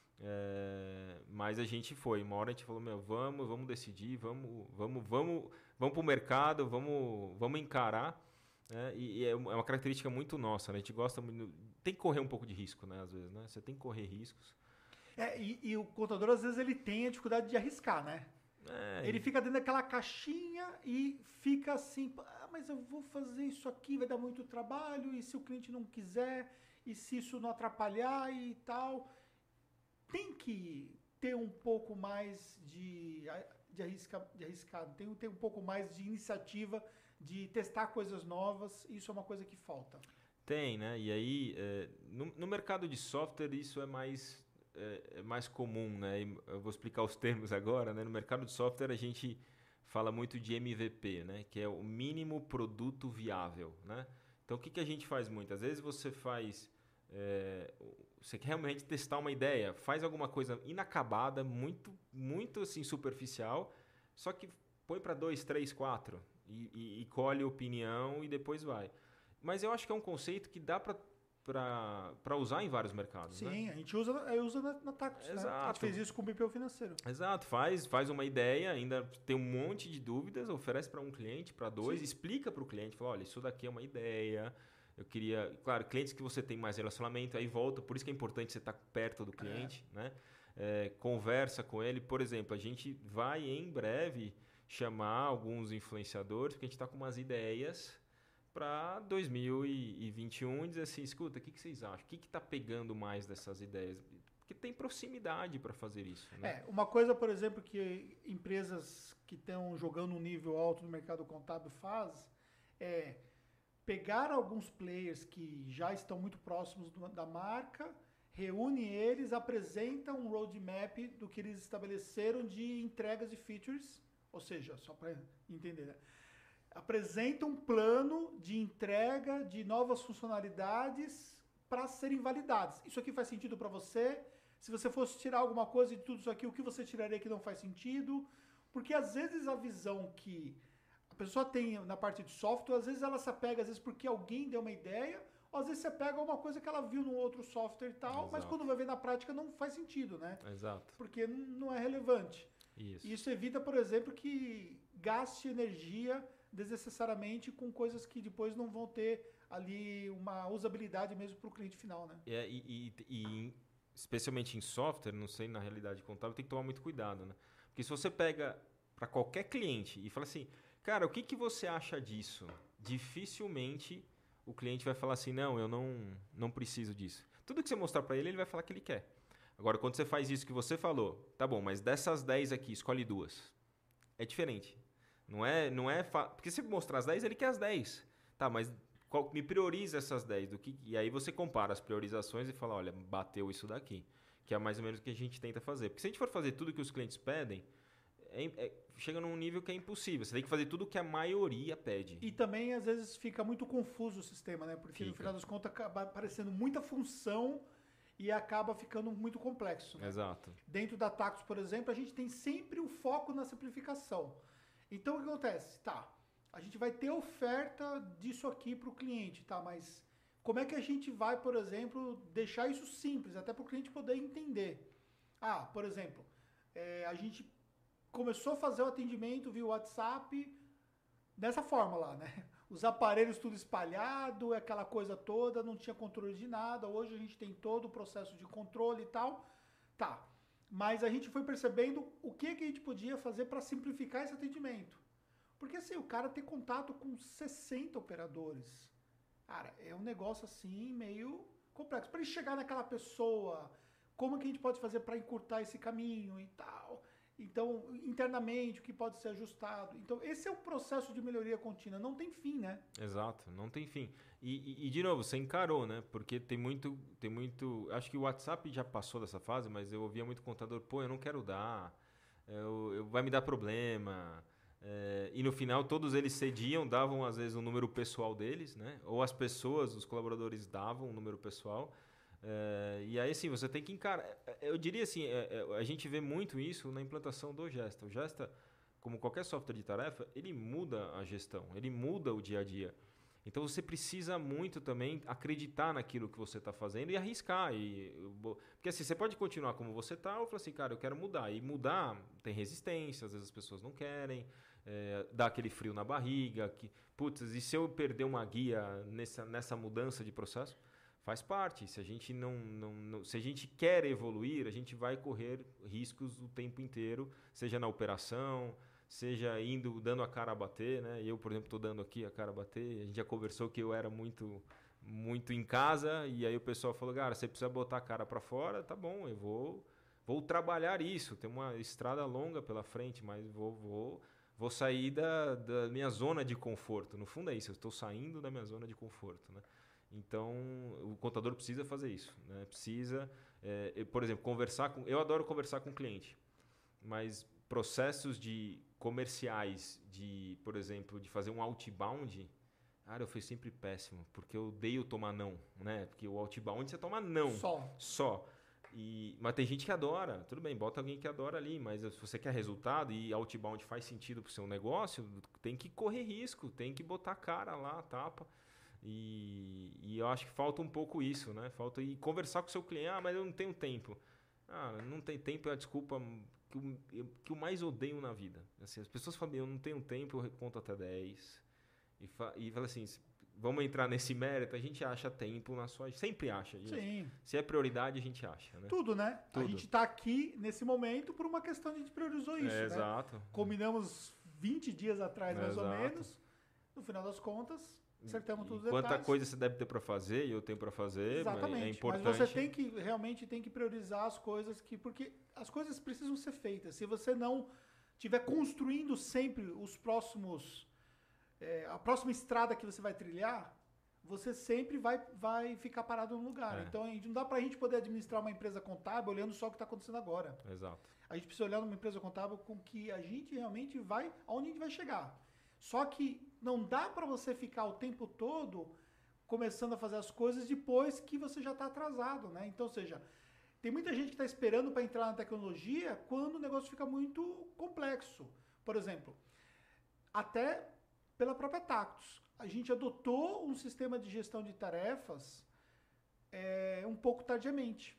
Mas a gente foi. Uma hora a gente falou, vamos decidir, vamos para o mercado, vamos encarar. E é uma característica muito nossa, né? A gente gosta muito... Tem que correr um pouco de risco, né? Às vezes, né? Você tem que correr riscos. E o contador, às vezes, ele tem a dificuldade de arriscar, né? Ele fica dentro daquela caixinha e fica assim, mas eu vou fazer isso aqui, vai dar muito trabalho, e se o cliente não quiser, e se isso não atrapalhar e tal. Tem que ter um pouco mais de arriscado, tem que ter um pouco mais de iniciativa, de testar coisas novas, isso é uma coisa que falta. Tem, né? E aí, no mercado de software, isso é mais comum, né? Eu vou explicar os termos agora, né? No mercado de software a gente fala muito de MVP, né? Que é o mínimo produto viável, né? Então o que a gente faz muito? Às vezes você você quer realmente testar uma ideia, faz alguma coisa inacabada, muito assim superficial, só que põe para 2, 3, 4 e colhe opinião e depois vai. Mas eu acho que é um conceito que dá para usar em vários mercados. Sim, né? A gente usa na Tactus, Exato. Né? A gente fez isso com o BPO financeiro. Exato, faz uma ideia, ainda tem um monte de dúvidas, oferece para um cliente, para 2, explica para o cliente, fala, olha, isso daqui é uma ideia, eu queria... Claro, clientes que você tem mais relacionamento, aí volta, por isso que é importante você estar perto do cliente, né? Conversa com ele, por exemplo, a gente vai em breve chamar alguns influenciadores, porque a gente está com umas ideias para 2021 e dizer assim, escuta, o que vocês acham? O que está pegando mais dessas ideias? Porque tem proximidade para fazer isso. Né? Uma coisa, por exemplo, que empresas que estão jogando um nível alto no mercado contábil faz é pegar alguns players que já estão muito próximos da marca, reúne eles, apresenta um roadmap do que eles estabeleceram de entregas e features, ou seja, só para entender, né? apresenta um plano de entrega de novas funcionalidades para serem validadas. Isso aqui faz sentido para você? Se você fosse tirar alguma coisa de tudo isso aqui, o que você tiraria que não faz sentido? Porque às vezes a visão que a pessoa tem na parte de software, às vezes ela se apega, às vezes porque alguém deu uma ideia, ou às vezes você pega uma coisa que ela viu num outro software e tal, Exato. mas quando vai ver na prática não faz sentido, né? Exato. Porque não é relevante. Isso. E isso evita, por exemplo, que gaste energia desnecessariamente com coisas que depois não vão ter ali uma usabilidade mesmo para o cliente final, né? E especialmente em software, não sei, na realidade contábil, tem que tomar muito cuidado, né? Porque se você pega para qualquer cliente e fala assim, cara, o que você acha disso? Dificilmente o cliente vai falar assim, não, eu não preciso disso. Tudo que você mostrar para ele, ele vai falar que ele quer. Agora, quando você faz isso que você falou, tá bom, mas dessas 10 aqui, escolhe 2. É diferente. Porque se mostrar as 10, ele quer as 10. Tá, mas me prioriza essas 10. E aí você compara as priorizações e fala, olha, bateu isso daqui. Que é mais ou menos o que a gente tenta fazer. Porque se a gente for fazer tudo que os clientes pedem, chega num nível que é impossível. Você tem que fazer tudo que a maioria pede. E também, às vezes, fica muito confuso o sistema, né? Porque, no final das contas, acaba aparecendo muita função e acaba ficando muito complexo. Né? Exato. Dentro da Tactus, por exemplo, a gente tem sempre o foco na simplificação. Então, o que acontece? Tá, a gente vai ter oferta disso aqui para o cliente, tá? Mas como é que a gente vai, por exemplo, deixar isso simples, até para o cliente poder entender? Ah, por exemplo, a gente começou a fazer o atendimento via WhatsApp dessa forma lá, né? Os aparelhos tudo espalhado, aquela coisa toda, não tinha controle de nada. Hoje a gente tem todo o processo de controle e tal. Tá, mas a gente foi percebendo o que a gente podia fazer para simplificar esse atendimento. Porque assim, o cara ter contato com 60 operadores, cara, é um negócio assim meio complexo. Para ele chegar naquela pessoa, como que a gente pode fazer para encurtar esse caminho e tal. Então, internamente, o que pode ser ajustado. Então, esse é o processo de melhoria contínua. Não tem fim, né? Exato, não tem fim. E de novo, você encarou, né? Porque tem muito... Acho que o WhatsApp já passou dessa fase, mas eu ouvia muito contador, pô, eu não quero dar, vai me dar problema. E no final, todos eles cediam, davam, às vezes, o número pessoal deles, né? Ou as pessoas, os colaboradores davam o número pessoal. E aí, sim, você tem que encarar. Eu diria assim, a gente vê muito isso na implantação do Gesta. O Gesta, como qualquer software de tarefa, ele muda a gestão, ele muda o dia a dia. Então, você precisa muito também acreditar naquilo que você está fazendo e arriscar. Porque assim, você pode continuar como você está ou falar assim, cara, eu quero mudar. E mudar tem resistência, às vezes as pessoas não querem, dá aquele frio na barriga. Putz, e se eu perder uma guia nessa mudança de processo? Faz parte. Se a gente se a gente quer evoluir, a gente vai correr riscos o tempo inteiro, seja na operação, seja dando a cara a bater, né? Eu, por exemplo, estou dando aqui a cara a bater. A gente já conversou que eu era muito em casa e aí o pessoal falou, cara, você precisa botar a cara para fora, tá bom? Eu vou trabalhar isso. Tem uma estrada longa pela frente, mas vou sair da minha zona de conforto. No fundo é isso. Eu estou saindo da minha zona de conforto, né? Então, o contador precisa fazer isso, né? Precisa, por exemplo, eu adoro conversar com o cliente, mas processos comerciais, por exemplo, de fazer um outbound, cara, eu fui sempre péssimo, porque eu odeio tomar não, né? Porque o outbound você toma não. Só. Mas tem gente que adora, tudo bem, bota alguém que adora ali, mas se você quer resultado e outbound faz sentido para o seu negócio, tem que correr risco, tem que botar a cara lá, tapa. E eu acho que falta um pouco isso, né? Falta conversar com o seu cliente. Mas eu não tenho tempo. Não tem tempo é a desculpa que eu mais odeio na vida. Assim, as pessoas falam, eu não tenho tempo, eu conto até 10. E fala assim, vamos entrar nesse mérito, a gente acha tempo na sua... Sempre acha, gente. Sim. Se é prioridade, a gente acha, né? Tudo, né? Tudo. A gente está aqui, nesse momento, por uma questão de a gente priorizou isso, né? Exato. Combinamos 20 dias atrás, mais ou menos. No final das contas... Acertamos todos os detalhes. Quanta coisa você deve ter para fazer e eu tenho para fazer. Exatamente. É importante. Mas você realmente tem que priorizar as coisas porque as coisas precisam ser feitas. Se você não estiver construindo sempre a próxima estrada que você vai trilhar, você sempre vai ficar parado no lugar. Então, não dá para a gente poder administrar uma empresa contábil olhando só o que está acontecendo agora. Exato. A gente precisa olhar numa empresa contábil com que a gente realmente aonde a gente vai chegar. Só que não dá para você ficar o tempo todo começando a fazer as coisas depois que você já está atrasado, né? Então, ou seja, tem muita gente que está esperando para entrar na tecnologia quando o negócio fica muito complexo. Por exemplo, até pela própria Tactus. A gente adotou um sistema de gestão de tarefas um pouco tardiamente.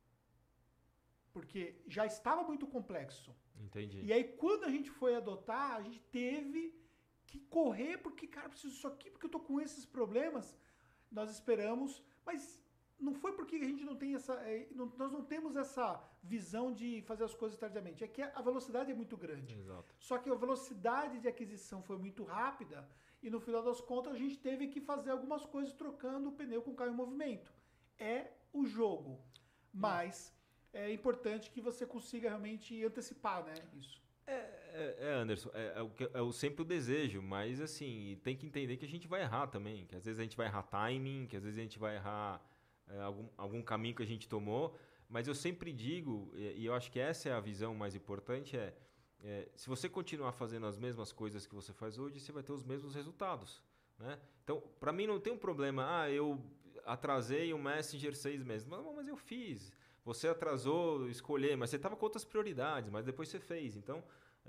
Porque já estava muito complexo. Entendi. E aí, quando a gente foi adotar, a gente teve que correr, porque, cara, preciso disso aqui, porque eu tô com esses problemas. Nós esperamos, mas não foi porque a gente não tem nós não temos essa visão de fazer as coisas tardiamente. É que a velocidade é muito grande. Exato. Só que a velocidade de aquisição foi muito rápida e no final das contas a gente teve que fazer algumas coisas trocando o pneu com o carro em movimento. É o jogo. Mas é importante que você consiga realmente antecipar, né, isso. Anderson, sempre o desejo, mas assim, tem que entender que a gente vai errar também, que às vezes a gente vai errar timing, que às vezes a gente vai errar algum caminho que a gente tomou, mas eu sempre digo, e eu acho que essa é a visão mais importante, se você continuar fazendo as mesmas coisas que você faz hoje, você vai ter os mesmos resultados, né? Então, para mim não tem um problema, eu atrasei o Messenger 6 meses, mas eu fiz. Você atrasou escolher, mas você estava com outras prioridades, mas depois você fez. Então,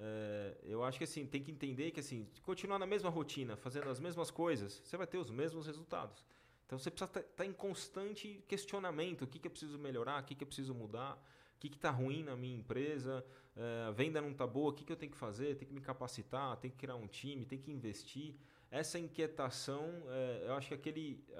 eu acho que assim, tem que entender que assim, continuar na mesma rotina, fazendo as mesmas coisas, você vai ter os mesmos resultados. Então, você precisa estar em constante questionamento. O que eu preciso melhorar? O que eu preciso mudar? O que está ruim na minha empresa? A venda não está boa? O que eu tenho que fazer? Tenho que me capacitar? Tenho que criar um time? Tenho que investir? Essa inquietação, eu acho que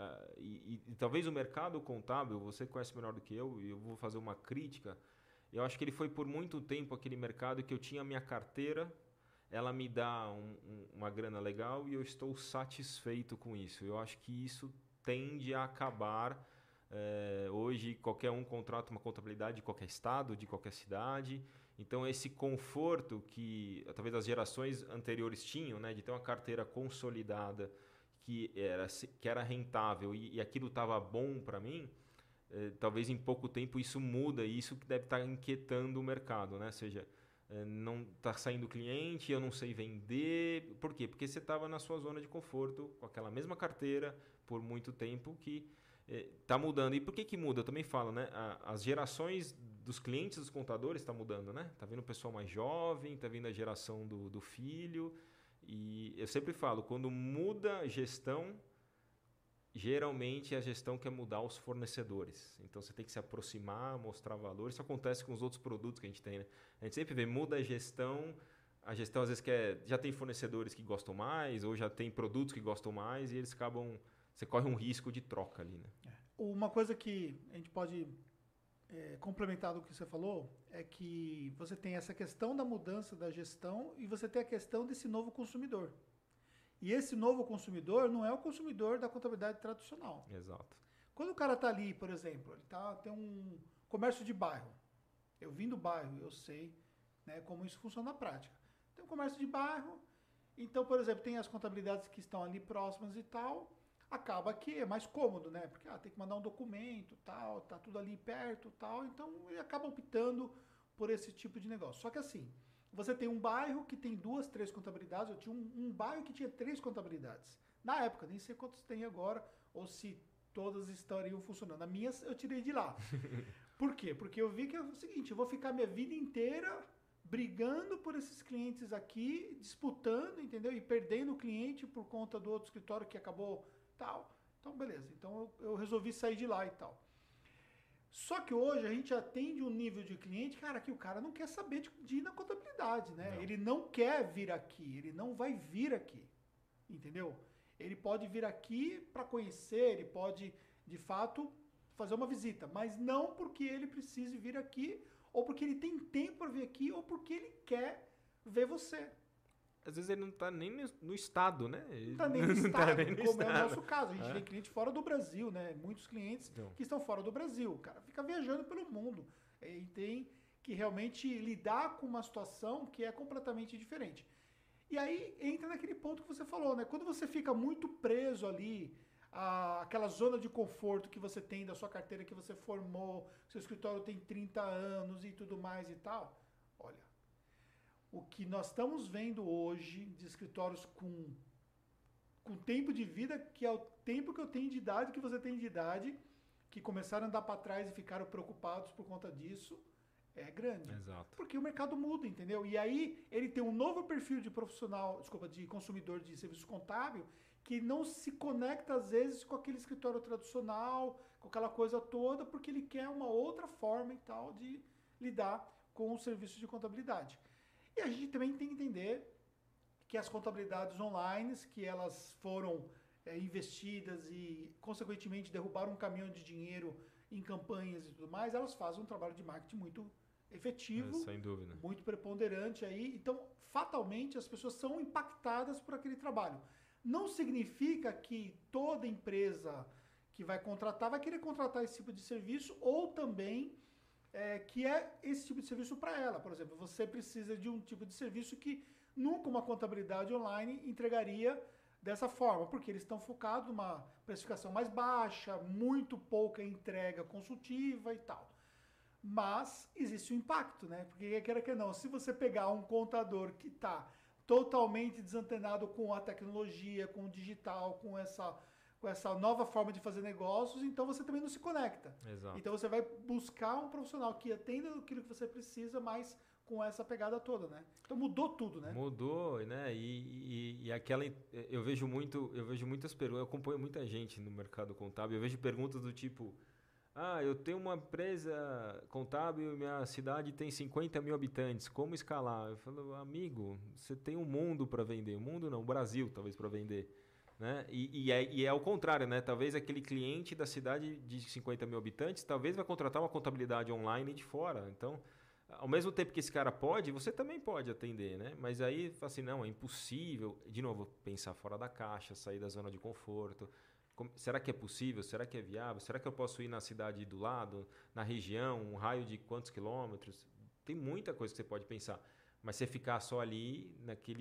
e talvez o mercado contábil, você conhece melhor do que eu, e eu vou fazer uma crítica, eu acho que ele foi por muito tempo aquele mercado que eu tinha a minha carteira, ela me dá uma grana legal e eu estou satisfeito com isso. Eu acho que isso tende a acabar. Hoje qualquer um contrata uma contabilidade de qualquer estado, de qualquer cidade. Então esse conforto que talvez as gerações anteriores tinham, né, de ter uma carteira consolidada que era rentável e aquilo estava bom para mim, talvez em pouco tempo isso muda e isso que deve estar inquietando o mercado, né? Ou seja, não está saindo cliente, eu não sei vender. Por quê? Porque você estava na sua zona de conforto com aquela mesma carteira por muito tempo que está mudando. E por que muda? Eu também falo, né? As gerações dos clientes dos contadores está mudando, né? Está vindo o pessoal mais jovem, está vindo a geração do filho. E eu sempre falo, quando muda a gestão, geralmente a gestão quer mudar os fornecedores. Então você tem que se aproximar, mostrar valor. Isso acontece com os outros produtos que a gente tem, né? A gente sempre vê, muda a gestão às vezes já tem fornecedores que gostam mais, ou já tem produtos que gostam mais, e eles acabam... Você corre um risco de troca ali, né? Uma coisa que a gente pode complementar do que você falou é que você tem essa questão da mudança da gestão e você tem a questão desse novo consumidor. E esse novo consumidor não é o consumidor da contabilidade tradicional. Exato. Quando o cara está ali, por exemplo, tem um comércio de bairro. Eu vim do bairro, eu sei, né, como isso funciona na prática. Tem um comércio de bairro, então, por exemplo, tem as contabilidades que estão ali próximas e tal. Acaba que é mais cômodo, né? Porque tem que mandar um documento, tal, tá tudo ali perto, tal. Então, ele acaba optando por esse tipo de negócio. Só que assim, você tem um bairro que tem 2, 3 contabilidades. Eu tinha um bairro que tinha 3 contabilidades. Na época, nem sei quantos tem agora, ou se todas estariam funcionando. A minha eu tirei de lá. Por quê? Porque eu vi que é o seguinte, eu vou ficar minha vida inteira brigando por esses clientes aqui, disputando, entendeu? E perdendo o cliente por conta do outro escritório que acabou... tal. Então, beleza. Então, eu resolvi sair de lá e tal. Só que hoje a gente atende um nível de cliente, cara, que o cara não quer saber de ir na contabilidade, né? Não. Ele não quer vir aqui, ele não vai vir aqui, entendeu? Ele pode vir aqui para conhecer, ele pode, de fato, fazer uma visita, mas não porque ele precise vir aqui, ou porque ele tem tempo para vir aqui, ou porque ele quer ver você. Às vezes ele não está nem no estado, né? Não está nem no estado, como é o nosso caso. A gente tem cliente fora do Brasil, né? Muitos clientes que estão fora do Brasil. O cara fica viajando pelo mundo e tem que realmente lidar com uma situação que é completamente diferente. E aí entra naquele ponto que você falou, né? Quando você fica muito preso ali, aquela zona de conforto que você tem da sua carteira que você formou, seu escritório tem 30 anos e tudo mais e tal, olha, o que nós estamos vendo hoje de escritórios com tempo de vida, que é o tempo que eu tenho de idade, que você tem de idade, que começaram a andar para trás e ficaram preocupados por conta disso, é grande. Exato. Porque o mercado muda, entendeu? E aí ele tem um novo perfil de profissional, desculpa, de consumidor de serviço contábil, que não se conecta às vezes com aquele escritório tradicional, com aquela coisa toda, porque ele quer uma outra forma e tal de lidar com os serviços de contabilidade. E a gente também tem que entender que as contabilidades online, que elas foram investidas e, consequentemente, derrubaram um caminhão de dinheiro em campanhas e tudo mais, elas fazem um trabalho de marketing muito efetivo, sem dúvida, muito preponderante aí. Então, fatalmente, as pessoas são impactadas por aquele trabalho. Não significa que toda empresa que vai contratar vai querer contratar esse tipo de serviço ou também que é esse tipo de serviço para ela. Por exemplo, você precisa de um tipo de serviço que nunca uma contabilidade online entregaria dessa forma, porque eles estão focados numa precificação mais baixa, muito pouca entrega consultiva e tal. Mas existe um impacto, né? Porque quer que não, se você pegar um contador que está totalmente desantenado com a tecnologia, com o digital, com essa nova forma de fazer negócios, então você também não se conecta. Exato. Então você vai buscar um profissional que atenda aquilo que você precisa, mas com essa pegada toda, né? Então mudou tudo, né? Mudou, né? E aquela eu vejo muitas perguntas, eu acompanho muita gente no mercado contábil, eu vejo perguntas do tipo: eu tenho uma empresa contábil, minha cidade tem 50 mil habitantes, como escalar? Eu falo, amigo, você tem um mundo para vender, o mundo não, o Brasil talvez para vender, né? E é ao contrário, né? Talvez aquele cliente da cidade de 50 mil habitantes, talvez vai contratar uma contabilidade online de fora, então ao mesmo tempo que esse cara pode, você também pode atender, né? Mas aí, assim, não, é impossível. De novo, pensar fora da caixa, sair da zona de conforto. Será que é possível? Será que é viável? Será que eu posso ir na cidade do lado, na região, um raio de quantos quilômetros? Tem muita coisa que você pode pensar. Mas você ficar só ali,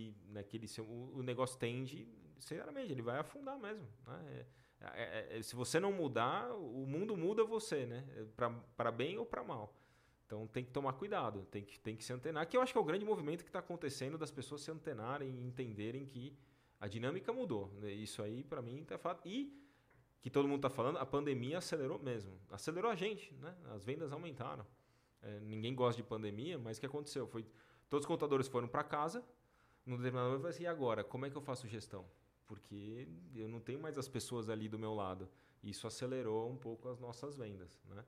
o negócio tende, sinceramente, ele vai afundar mesmo, né? Se você não mudar, o mundo muda você, né? Para bem ou para mal. Então tem que tomar cuidado, tem que se antenar, que eu acho que é o grande movimento que está acontecendo das pessoas se antenarem e entenderem que a dinâmica mudou. Isso aí, para mim, está fato. E que todo mundo está falando, a pandemia acelerou mesmo. Acelerou a gente, né? As vendas aumentaram. Ninguém gosta de pandemia, mas o que aconteceu? Todos os contadores foram para casa, no determinado momento eu falei assim, e agora? Como é que eu faço gestão? Porque eu não tenho mais as pessoas ali do meu lado. Isso acelerou um pouco as nossas vendas, né?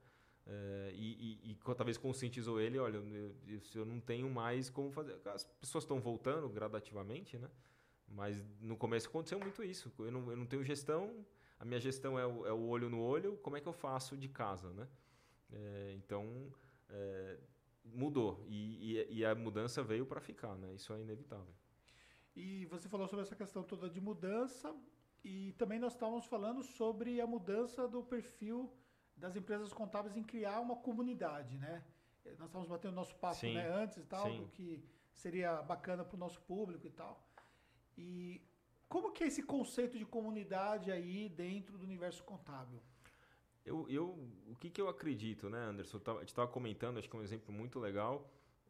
Talvez conscientizou ele, olha, eu não tenho mais como fazer. As pessoas estão voltando gradativamente, né? Mas no começo aconteceu muito isso. Eu não tenho gestão, a minha gestão é o olho no olho, como é que eu faço de casa, né? Então, mudou. E a mudança veio para ficar, né? Isso é inevitável. E você falou sobre essa questão toda de mudança e também nós estávamos falando sobre a mudança do perfil das empresas contábeis em criar uma comunidade, né? Nós estávamos batendo nosso papo, né, antes e tal, do que seria bacana para o nosso público e tal. E como que é esse conceito de comunidade aí dentro do universo contábil? O que eu acredito, né, Anderson? A gente estava comentando, acho que é um exemplo muito legal.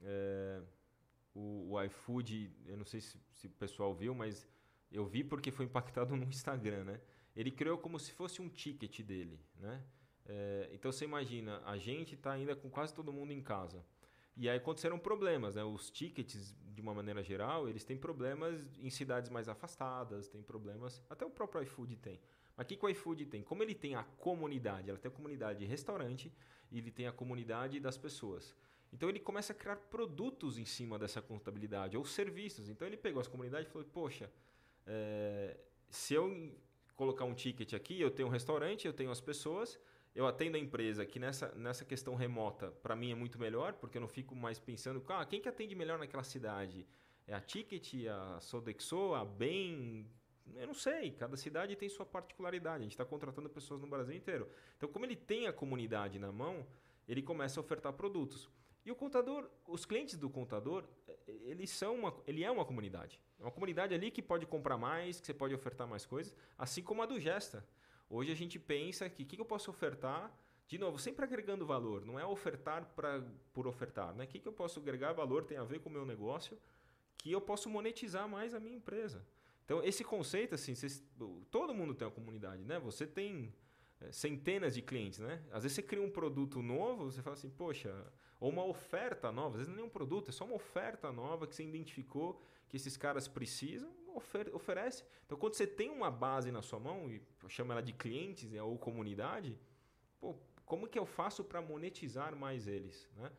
O iFood, eu não sei se o pessoal viu, mas eu vi porque foi impactado no Instagram, né? Ele criou como se fosse um ticket dele, né? Então você imagina, a gente está ainda com quase todo mundo em casa. E aí aconteceram problemas, né? Os tickets, de uma maneira geral, eles têm problemas em cidades mais afastadas, tem problemas, até o próprio iFood tem. Mas o que o iFood tem? Como ele tem a comunidade, ela tem a comunidade de restaurante e ele tem a comunidade das pessoas. Então ele começa a criar produtos em cima dessa contabilidade, ou serviços. Então ele pegou as comunidades e falou, poxa, se eu colocar um ticket aqui, eu tenho um restaurante, eu tenho as pessoas, eu atendo a empresa que nessa questão remota, para mim é muito melhor, porque eu não fico mais pensando, quem que atende melhor naquela cidade? É a Ticket, a Sodexo, a Bem? Eu não sei, cada cidade tem sua particularidade, a gente está contratando pessoas no Brasil inteiro. Então, como ele tem a comunidade na mão, ele começa a ofertar produtos. E o contador, os clientes do contador, ele é uma comunidade. É uma comunidade ali que pode comprar mais, que você pode ofertar mais coisas, assim como a do Gesta. Hoje a gente pensa que o que eu posso ofertar, de novo, sempre agregando valor, não é ofertar por ofertar, né? O que eu posso agregar valor, tem a ver com o meu negócio, que eu posso monetizar mais a minha empresa. Então, esse conceito, assim, todo mundo tem uma comunidade, né? Você tem centenas de clientes, né? Às vezes você cria um produto novo, você fala assim, poxa, ou uma oferta nova, às vezes não é um produto, é só uma oferta nova que você identificou que esses caras precisam, oferece. Então, quando você tem uma base na sua mão, e chama ela de clientes, né, ou comunidade, pô, como que eu faço para monetizar mais eles, né?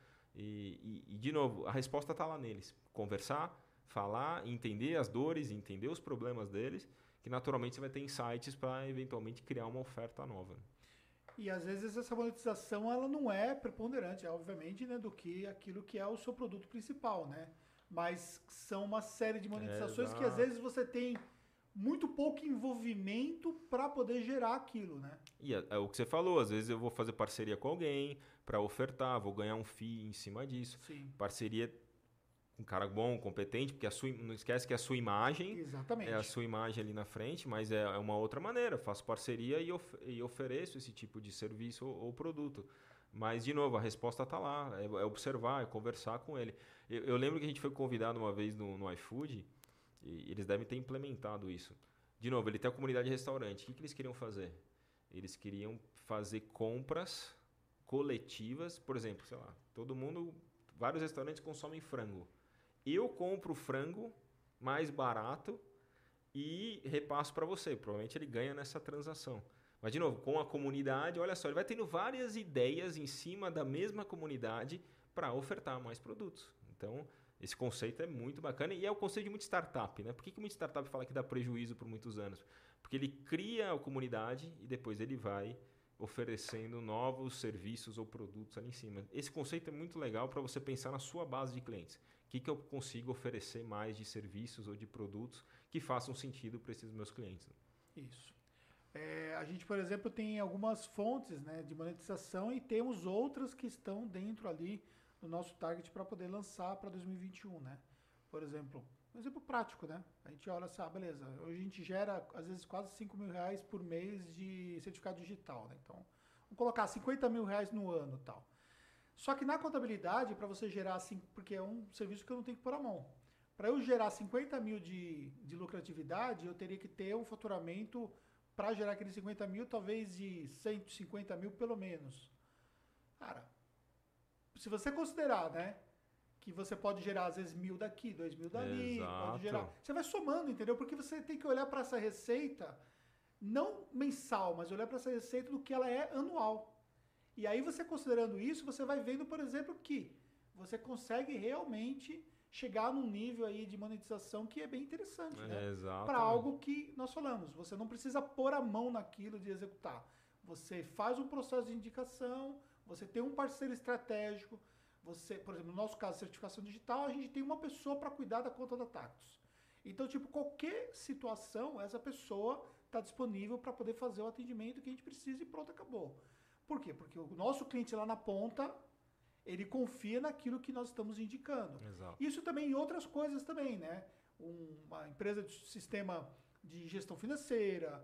De novo, a resposta está lá neles. Conversar, falar, entender as dores, entender os problemas deles, que naturalmente você vai ter insights para eventualmente criar uma oferta nova. E às vezes essa monetização ela não é preponderante, obviamente, né, do que aquilo que é o seu produto principal, né? Mas são uma série de monetizações que às vezes você tem muito pouco envolvimento para poder gerar aquilo, né? E é o que você falou, às vezes eu vou fazer parceria com alguém para ofertar, vou ganhar um FII em cima disso. Sim. Parceria com um cara bom, competente, porque não esquece que a sua imagem Exatamente. é a sua imagem ali na frente, mas é uma outra maneira. Eu faço parceria e ofereço esse tipo de serviço ou produto. Mas, de novo, a resposta está lá. É observar, é conversar com ele. Eu lembro que a gente foi convidado uma vez no iFood e eles devem ter implementado isso. De novo, ele tem a comunidade de restaurante. O que eles queriam fazer? Eles queriam fazer compras coletivas. Por exemplo, sei lá, vários restaurantes consomem frango. Eu compro o frango mais barato e repasso para você. Provavelmente ele ganha nessa transação. Mas, de novo, com a comunidade, olha só, ele vai tendo várias ideias em cima da mesma comunidade para ofertar mais produtos. Então, esse conceito é muito bacana e é o conceito de muita startup, né? Por que muita startup fala que dá prejuízo por muitos anos? Porque ele cria a comunidade e depois ele vai oferecendo novos serviços ou produtos ali em cima. Esse conceito é muito legal para você pensar na sua base de clientes. O que eu consigo oferecer mais de serviços ou de produtos que façam sentido para esses meus clientes? Isso. A gente, por exemplo, tem algumas fontes, né, de monetização e temos outras que estão dentro ali do nosso target para poder lançar para 2021, né? Por exemplo, um exemplo prático, né? A gente olha assim, beleza, hoje a gente gera, às vezes, quase R$5.000 por mês de certificado digital, né? Então, vamos colocar R$50.000 no ano e tal. Só que na contabilidade, para você gerar, assim, porque é um serviço que eu não tenho que pôr a mão. Para eu gerar 50 mil de lucratividade, eu teria que ter um faturamento para gerar aqueles 50 mil, talvez de 150 mil pelo menos. Cara, se você considerar, né, que você pode gerar às vezes 1.000 daqui, 2.000 dali, pode gerar. Você vai somando, entendeu? Porque você tem que olhar para essa receita, não mensal, mas olhar para essa receita do que ela é anual. E aí você considerando isso, você vai vendo, por exemplo, que você consegue realmente chegar num nível aí de monetização que é bem interessante, né? Para algo que nós falamos, você não precisa pôr a mão naquilo de executar. Você faz um processo de indicação, você tem um parceiro estratégico, você, por exemplo, no nosso caso, certificação digital, a gente tem uma pessoa para cuidar da conta da Tactus. Então, tipo, qualquer situação, essa pessoa está disponível para poder fazer o atendimento que a gente precisa e pronto, acabou. Por quê? Porque o nosso cliente lá na ponta, ele confia naquilo que nós estamos indicando. Exato. Isso também em outras coisas também, né? Uma empresa de sistema de gestão financeira,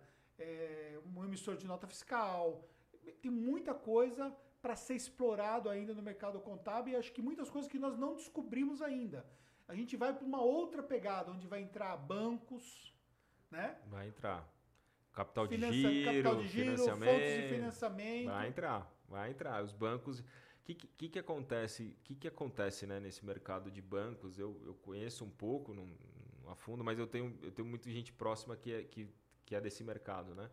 um emissor de nota fiscal, tem muita coisa para ser explorado ainda no mercado contábil e acho que muitas coisas que nós não descobrimos ainda. A gente vai para uma outra pegada, onde vai entrar bancos, né? Vai entrar. Capital de giro, financiamento. Fontes de financiamento. Vai entrar. Os bancos... O que acontece, né, nesse mercado de bancos? Eu conheço um pouco, não a fundo, mas eu tenho muita gente próxima que é desse mercado, né?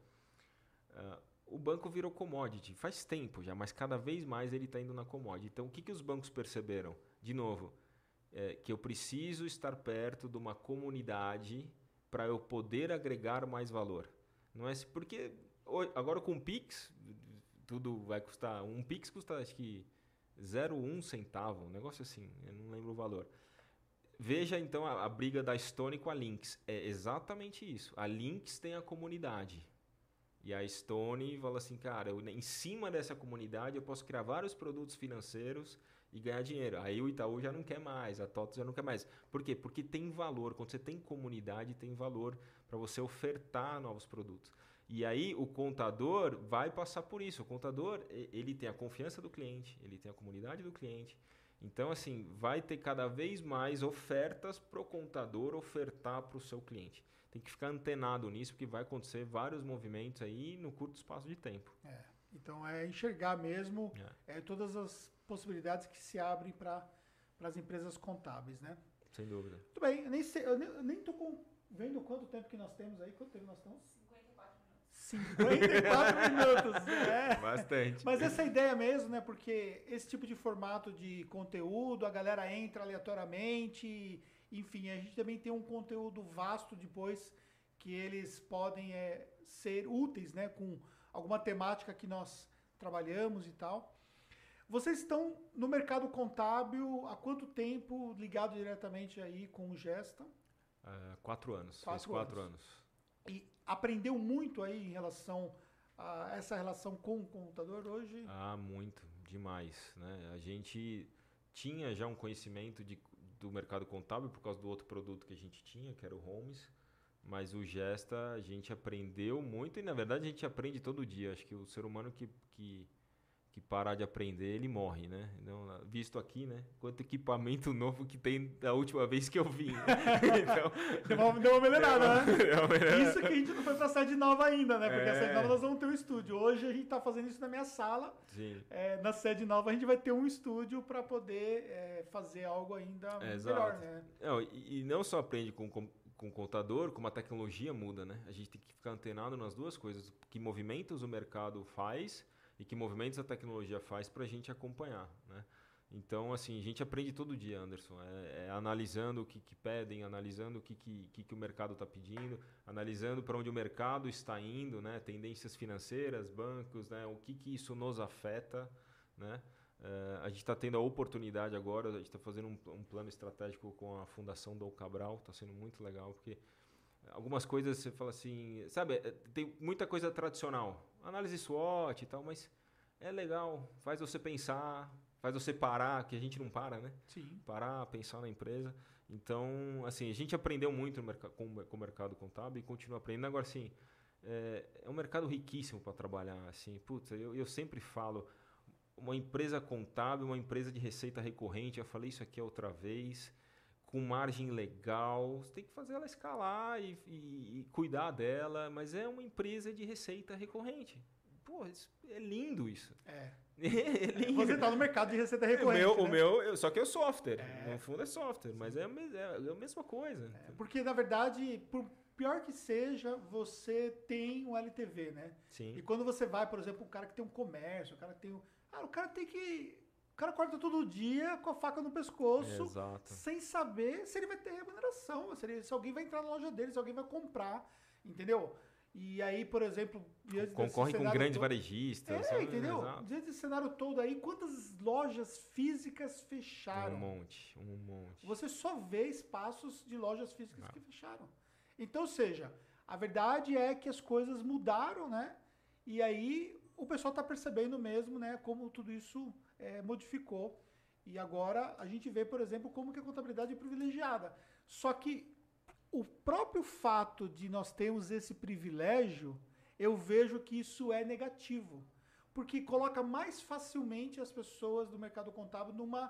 O banco virou commodity, faz tempo já, mas cada vez mais ele está indo na commodity. Então, o que os bancos perceberam? De novo, que eu preciso estar perto de uma comunidade para eu poder agregar mais valor. Não é porque agora com o Pix, tudo vai custar... Um Pix custa, acho que, 0,1 centavo, um negócio assim, eu não lembro o valor. Veja, então, a briga da Stone com a Lynx. É exatamente isso. A Lynx tem a comunidade. E a Stone fala assim, cara, em cima dessa comunidade eu posso criar vários produtos financeiros e ganhar dinheiro. Aí o Itaú já não quer mais, a TOTOS já não quer mais. Por quê? Porque tem valor. Quando você tem comunidade, tem valor para você ofertar novos produtos. E aí o contador vai passar por isso. O contador, ele tem a confiança do cliente, ele tem a comunidade do cliente. Então, assim, vai ter cada vez mais ofertas para o contador ofertar para o seu cliente. Tem que ficar antenado nisso, porque vai acontecer vários movimentos aí no curto espaço de tempo. Então, é enxergar mesmo todas as possibilidades que se abrem para as empresas contábeis, né? Sem dúvida. Muito bem, eu nem estou vendo quanto tempo que nós temos aí. Quanto tempo nós estamos? 54 minutos, né? Bastante. Mas essa ideia mesmo, né? Porque esse tipo de formato de conteúdo, a galera entra aleatoriamente, enfim, a gente também tem um conteúdo vasto depois que eles podem ser úteis, né? Com alguma temática que nós trabalhamos e tal. Vocês estão no mercado contábil há quanto tempo ligado diretamente aí com o Gesta? 4 anos. 4 anos. E aprendeu muito aí em relação a essa relação com o computador hoje? Muito, demais, né? A gente tinha já um conhecimento do mercado contábil por causa do outro produto que a gente tinha, que era o Homes, mas o Gesta a gente aprendeu muito e, na verdade, a gente aprende todo dia. Acho que o ser humano que parar de aprender, ele morre, né? Então, visto aqui, né? Quanto equipamento novo que tem da última vez que eu vim. Então, deu uma melhorada, né? Isso que a gente não foi pra sede nova ainda, né? Porque a sede nova nós vamos ter um estúdio. Hoje a gente tá fazendo isso na minha sala. Sim. Na sede nova a gente vai ter um estúdio para poder fazer algo ainda melhor, né? E não só aprende com o contador, como a tecnologia muda, né? A gente tem que ficar antenado nas duas coisas. Que movimentos o mercado faz e que movimentos a tecnologia faz para a gente acompanhar, né? Então, assim, a gente aprende todo dia, Anderson, analisando o que pedem, analisando o que o mercado está pedindo, analisando para onde o mercado está indo, né? Tendências financeiras, bancos, né? O que isso nos afeta, né? A gente está tendo a oportunidade agora, a gente está fazendo um plano estratégico com a Fundação Dom Cabral, está sendo muito legal, porque algumas coisas você fala assim, sabe, tem muita coisa tradicional, análise SWOT e tal, mas é legal, faz você pensar, faz você parar, que a gente não para, né? Sim. Parar, pensar na empresa. Então, assim, a gente aprendeu muito com o mercado contábil e continua aprendendo. Agora, assim, é um mercado riquíssimo para trabalhar, assim, putz, eu sempre falo, uma empresa contábil, uma empresa de receita recorrente, eu falei isso aqui outra vez, com margem legal, você tem que fazer ela escalar e cuidar dela, mas é uma empresa de receita recorrente. Pô, é lindo isso. É lindo. Você está no mercado de receita recorrente, O meu, só que é software, no fundo é software, mas é a mesma coisa. Porque, na verdade, por pior que seja, você tem um LTV, né? Sim. E quando você vai, por exemplo, um cara que tem um comércio, o cara tem o cara tem que... O cara corta todo dia com a faca no pescoço, sem saber se ele vai ter remuneração, se alguém vai entrar na loja dele, se alguém vai comprar, entendeu? E aí, por exemplo... Concorre com grandes varejistas. Entendeu? Diante desse cenário todo aí, quantas lojas físicas fecharam? Um monte. Você só vê espaços de lojas físicas que fecharam. Então, ou seja, a verdade é que as coisas mudaram, né? E aí o pessoal está percebendo mesmo, né, como tudo isso modificou. E agora a gente vê, por exemplo, como que a contabilidade é privilegiada. Só que o próprio fato de nós termos esse privilégio, eu vejo que isso é negativo. Porque coloca mais facilmente as pessoas do mercado contábil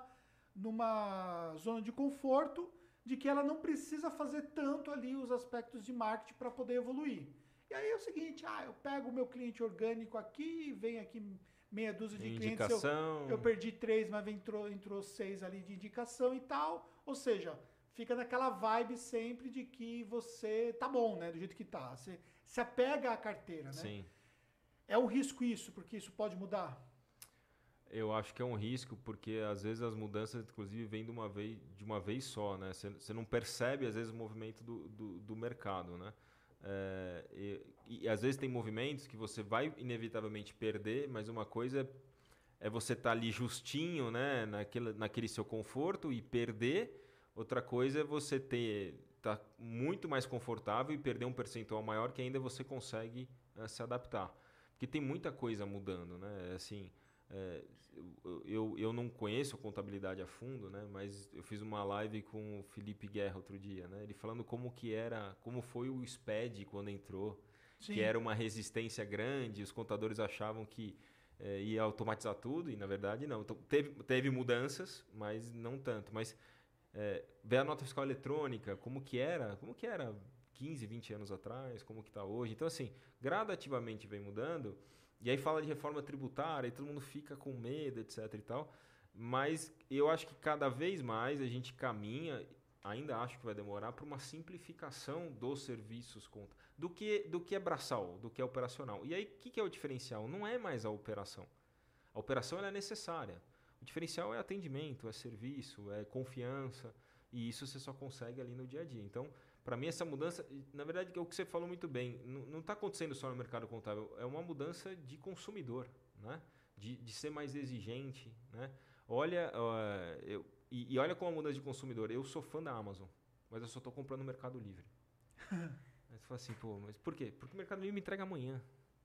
numa zona de conforto, de que ela não precisa fazer tanto ali os aspectos de marketing para poder evoluir. E aí é o seguinte, eu pego o meu cliente orgânico aqui, vem aqui meia dúzia de clientes, eu perdi 3, mas entrou 6 ali de indicação e tal. Ou seja, fica naquela vibe sempre de que você tá bom, né, do jeito que tá. Você se apega à carteira, né? Sim. É um risco isso, porque isso pode mudar? Eu acho que é um risco, porque às vezes as mudanças, inclusive, vêm de uma vez só, né? Você não percebe, às vezes, o movimento do mercado, né? E às vezes tem movimentos que você vai inevitavelmente perder, mas uma coisa é você estar ali justinho, né? naquele seu conforto e perder. Outra coisa é você tá muito mais confortável e perder um percentual maior que ainda você consegue se adaptar. Porque tem muita coisa mudando, né? Assim, eu não conheço a contabilidade a fundo, né? Mas eu fiz uma live com o Felipe Guerra outro dia, né? Ele falando como foi o SPED quando entrou, Sim. que era uma resistência grande, os contadores achavam que ia automatizar tudo, e na verdade não. Então, teve mudanças, mas não tanto. Mas ver a nota fiscal eletrônica, como que era 15, 20 anos atrás, como que está hoje. Então, assim, gradativamente vem mudando, e aí fala de reforma tributária, e todo mundo fica com medo, etc e tal. Mas eu acho que cada vez mais a gente caminha, ainda acho que vai demorar, para uma simplificação dos serviços do que é braçal, do que é operacional. E aí, o que é o diferencial? Não é mais a operação. A operação ela é necessária. O diferencial é atendimento, é serviço, é confiança, e isso você só consegue ali no dia a dia. Então, para mim, essa mudança, na verdade, é o que você falou muito bem, não está acontecendo só no mercado contábil, é uma mudança de consumidor, né? De ser mais exigente, né? Olha, e olha como a mudança de consumidor. Eu sou fã da Amazon, mas eu só estou comprando no Mercado Livre. Aí você fala assim, pô, mas por quê? Porque o Mercado Livre me entrega amanhã.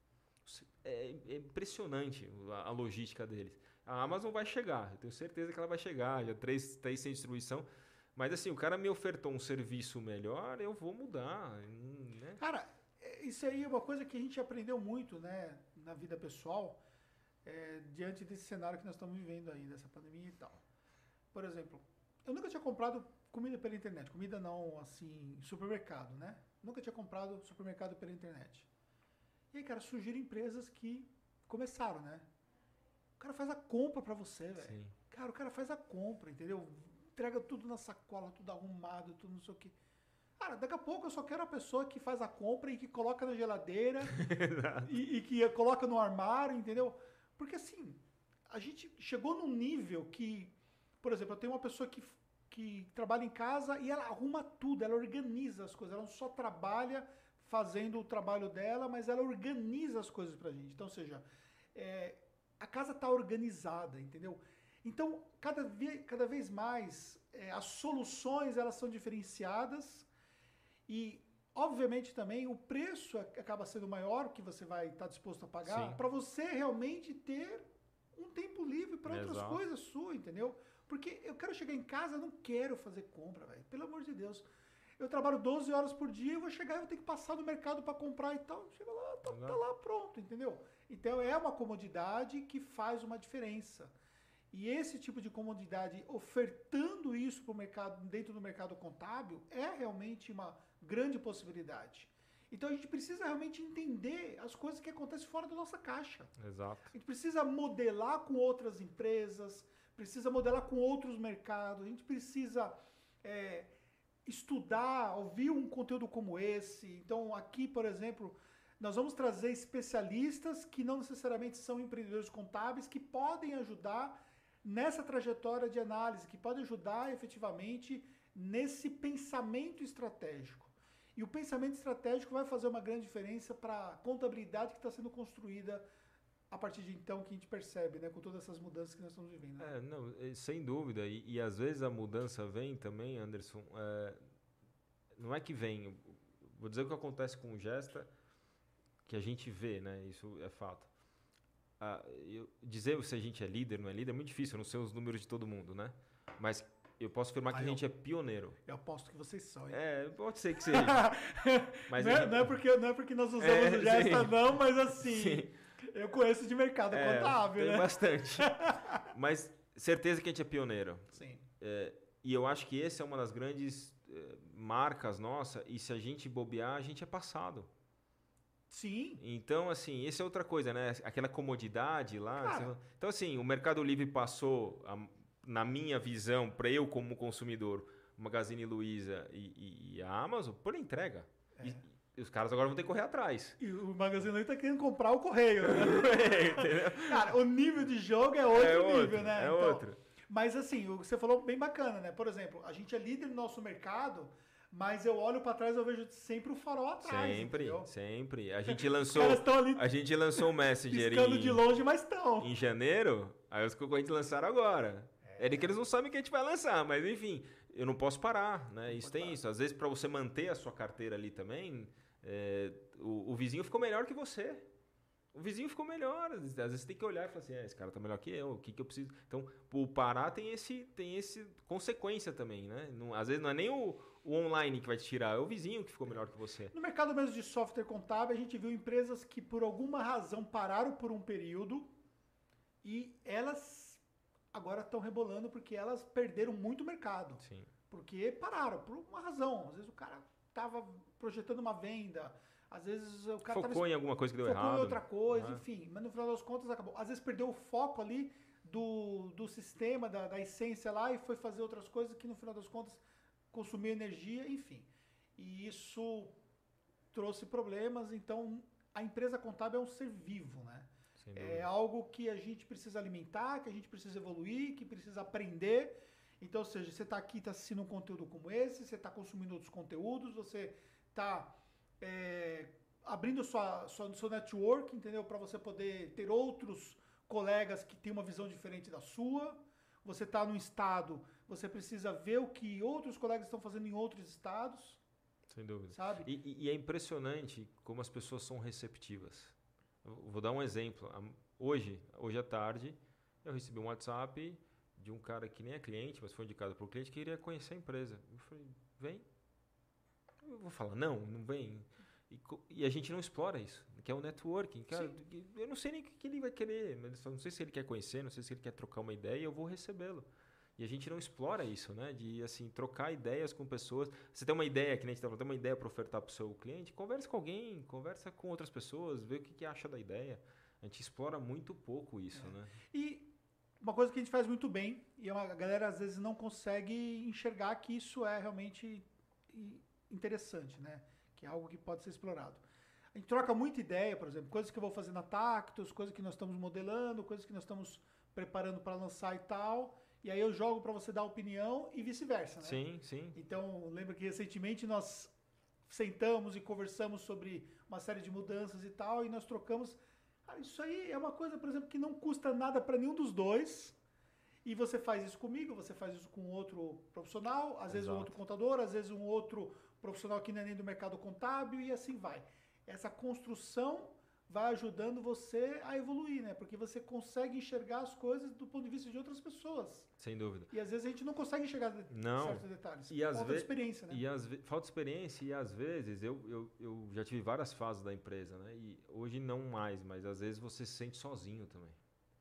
É impressionante a logística deles. A Amazon vai chegar, eu tenho certeza que ela vai chegar, já 3 sem distribuição. Mas assim, o cara me ofertou um serviço melhor, eu vou mudar. Né? Cara, isso aí é uma coisa que a gente aprendeu muito, né, na vida pessoal, diante desse cenário que nós estamos vivendo aí, dessa pandemia e tal. Por exemplo, eu nunca tinha comprado comida pela internet. Comida não, assim, supermercado, né? Nunca tinha comprado supermercado pela internet. E aí, cara, surgiram empresas que começaram, né? O cara faz a compra pra você, velho. Cara, o cara faz a compra, entendeu? Entrega tudo na sacola, tudo arrumado, tudo não sei o quê. Cara, daqui a pouco eu só quero a pessoa que faz a compra e que coloca na geladeira e que coloca no armário, entendeu? Porque assim, a gente chegou num nível que, por exemplo, eu tenho uma pessoa que trabalha em casa e ela arruma tudo, ela organiza as coisas, ela não só trabalha fazendo o trabalho dela, mas ela organiza as coisas pra gente. Então, ou seja, a casa tá organizada, entendeu? Então, cada vez mais, as soluções elas são diferenciadas e, obviamente, também o preço acaba sendo maior que você vai estar disposto a pagar para você realmente ter um tempo livre para outras coisas suas, entendeu? Porque eu quero chegar em casa, eu não quero fazer compra, velho. Pelo amor de Deus. Eu trabalho 12 horas por dia, eu vou chegar e vou ter que passar no mercado para comprar e tal. Chega lá, tá lá pronto, entendeu? Então, é uma comodidade que faz uma diferença. E esse tipo de comodidade, ofertando isso para o mercado, dentro do mercado contábil, é realmente uma grande possibilidade. Então a gente precisa realmente entender as coisas que acontecem fora da nossa caixa. Exato. A gente precisa modelar com outras empresas, precisa modelar com outros mercados, a gente precisa estudar, ouvir um conteúdo como esse. Então aqui, por exemplo, nós vamos trazer especialistas que não necessariamente são empreendedores contábeis, que podem ajudar nessa trajetória de análise, que podem ajudar efetivamente nesse pensamento estratégico. E o pensamento estratégico vai fazer uma grande diferença para a contabilidade que está sendo construída a partir de então, que a gente percebe, né, com todas essas mudanças que nós estamos vivendo. Né? Não, sem dúvida. E às vezes a mudança vem também, Anderson, não é que vem. Vou dizer o que acontece com o Gesta, que a gente vê, né, isso é fato. Dizer se a gente é líder, não é líder, é muito difícil, eu não sei os números de todo mundo, né? Mas eu posso afirmar que a gente é pioneiro. Eu aposto que vocês são, hein? Pode ser que seja. Mas não é porque nós usamos o Gesta, não, mas assim, eu conheço de mercado contábil, tem né? bastante. Mas certeza que a gente é pioneiro. Sim. E eu acho que essa é uma das grandes marcas nossa, e se a gente bobear, a gente é passado. Sim. Então, assim, essa é outra coisa, né? Aquela comodidade lá. Então, assim, o Mercado Livre passou, na minha visão, para eu como consumidor, o Magazine Luiza e a Amazon, por entrega. E os caras agora vão ter que correr atrás. E o Magazine Luiza tá querendo comprar o correio, né? Entendeu? Cara, o nível de jogo é outro nível, né? É outro. Mas, assim, o que você falou bem bacana, né? Por exemplo, a gente é líder no nosso mercado, mas eu olho para trás e eu vejo sempre o farol atrás. Sempre. A gente lançou o Messenger piscando de longe, mas estão. Em janeiro, aí os concorrentes lançaram agora. É que eles não sabem que a gente vai lançar, mas enfim, eu não posso parar, né? Isso tem isso. Às vezes, para você manter a sua carteira ali também, o vizinho ficou melhor que você. O vizinho ficou melhor. Às vezes você tem que olhar e falar assim, esse cara tá melhor que eu, o que eu preciso... Então, o parar tem esse consequência também, né? Às vezes não é nem o online que vai te tirar, é o vizinho que ficou melhor que você. No mercado mesmo de software contábil, a gente viu empresas que por alguma razão pararam por um período E elas agora estão rebolando porque elas perderam muito mercado. Sim. Porque pararam, por uma razão. Às vezes o cara estava projetando uma venda, às vezes o cara Focou em alguma coisa que deu focou errado. em outra coisa, né? enfim. Mas no final das contas acabou. Às vezes perdeu o foco ali do sistema, da essência lá, e foi fazer outras coisas que no final das contas consumiu energia, enfim. E isso trouxe problemas. Então a empresa contábil é um ser vivo, né? Sem dúvida. É algo que a gente precisa alimentar, que a gente precisa evoluir, que precisa aprender. Então, ou seja, você está aqui, está assistindo um conteúdo como esse, você está consumindo outros conteúdos, você está abrindo seu network, entendeu? Para você poder ter outros colegas que têm uma visão diferente da sua. Você está num estado, você precisa ver o que outros colegas estão fazendo em outros estados. Sem dúvida. Sabe? E é impressionante como as pessoas são receptivas. Eu vou dar um exemplo. Hoje à tarde, eu recebi um WhatsApp de um cara que nem é cliente, mas foi indicado por cliente, que queria conhecer a empresa. Eu falei, vem. Eu vou falar, não vem. E a gente não explora isso, que é o networking. Cara, eu não sei nem o que ele vai querer, não sei se ele quer conhecer, não sei se ele quer trocar uma ideia, e eu vou recebê-lo. E a gente não explora isso, né? De, assim, trocar ideias com pessoas. Você tem uma ideia, que nem a gente está falando, tem uma ideia para ofertar para o seu cliente, conversa com alguém, conversa com outras pessoas, vê o que acha da ideia. A gente explora muito pouco isso, né? E uma coisa que a gente faz muito bem, e a galera às vezes não consegue enxergar que isso é realmente interessante, né? Que é algo que pode ser explorado. A gente troca muita ideia, por exemplo, coisas que eu vou fazer na Tactus, coisas que nós estamos modelando, coisas que nós estamos preparando para lançar e tal. E aí eu jogo para você dar opinião e vice-versa, né? Sim, sim. Então, lembra que recentemente nós sentamos e conversamos sobre uma série de mudanças e tal, e nós trocamos. Cara, isso aí é uma coisa, por exemplo, que não custa nada para nenhum dos dois. E você faz isso comigo, você faz isso com outro profissional, às vezes um outro contador, às vezes um outro profissional que não é nem do mercado contábil, e assim vai. Essa construção vai ajudando você a evoluir, né? Porque você consegue enxergar as coisas do ponto de vista de outras pessoas. Sem dúvida. E às vezes a gente não consegue enxergar certos detalhes. E falta experiência, né? Falta experiência, e às vezes eu já tive várias fases da empresa, né? E hoje não mais, mas às vezes você se sente sozinho também.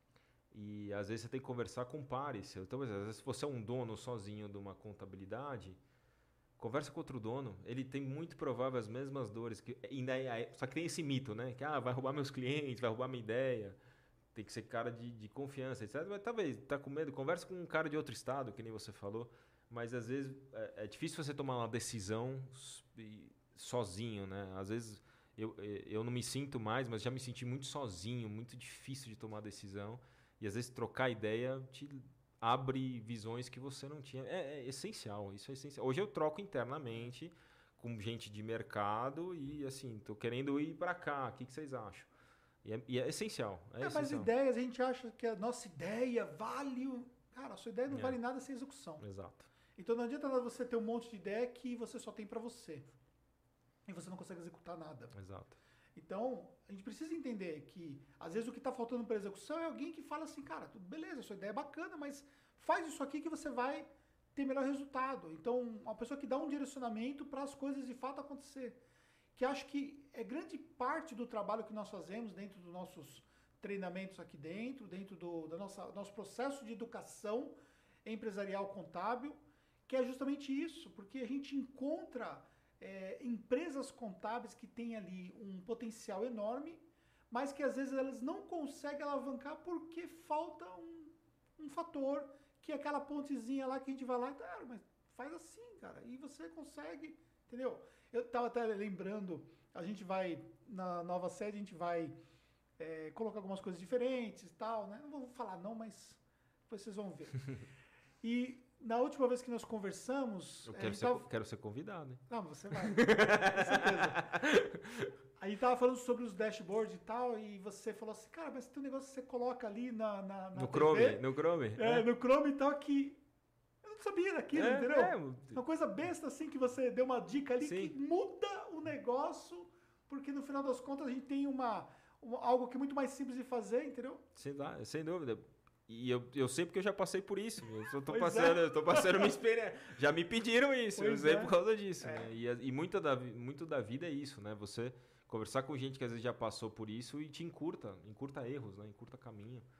E às vezes você tem que conversar com pares. Então, às vezes, se você é um dono sozinho de uma contabilidade, conversa com outro dono. Ele tem muito provável as mesmas dores. Só que tem esse mito, né? Que vai roubar meus clientes, vai roubar minha ideia. Tem que ser cara de confiança, etc. Mas talvez, tá com medo, conversa com um cara de outro estado, que nem você falou. Mas às vezes é difícil você tomar uma decisão sozinho, né? Às vezes eu não me sinto mais, mas já me senti muito sozinho, muito difícil de tomar decisão. E às vezes trocar ideia te abre visões que você não tinha. É essencial, isso é essencial. Hoje eu troco internamente com gente de mercado e assim, tô querendo ir para cá, o que vocês acham? E é essencial. Mas ideias, a gente acha que a nossa ideia vale... Cara, a sua ideia não vale nada sem execução. Exato. Então não adianta nada você ter um monte de ideia que você só tem para você. E você não consegue executar nada. Exato. Então, a gente precisa entender que, às vezes, o que está faltando para execução é alguém que fala assim, cara, tudo beleza, sua ideia é bacana, mas faz isso aqui que você vai ter melhor resultado. Então, uma pessoa que dá um direcionamento para as coisas de fato acontecer. Que acho que é grande parte do trabalho que nós fazemos dentro dos nossos treinamentos aqui dentro do nosso processo de educação empresarial contábil, que é justamente isso, porque a gente encontra empresas contábeis que têm ali um potencial enorme, mas que às vezes elas não conseguem alavancar porque falta um fator, que é aquela pontezinha lá que a gente vai lá e cara, mas faz assim, cara, e você consegue, entendeu? Eu estava até lembrando, a gente vai, na nova sede, a gente vai colocar algumas coisas diferentes e tal, né? Não vou falar não, mas depois vocês vão ver. E na última vez que nós conversamos... Eu quero ser convidado, hein? Não, você vai. Com certeza. Aí tava falando sobre os dashboards e tal, e você falou assim, cara, mas tem um negócio que você coloca ali na no TV, Chrome, no Chrome. No Chrome e tal, que eu não sabia daquilo, entendeu? Uma coisa besta assim, que você deu uma dica ali, que muda o negócio, porque no final das contas a gente tem algo que é muito mais simples de fazer, entendeu? Sem dúvida. E eu sei porque eu já passei por isso. Eu tô passando minha experiência. Já me pediram isso, eu sei por causa disso. Né? E muito da vida é isso, né? Você conversar com gente que às vezes já passou por isso e te encurta erros, né? Encurta caminho.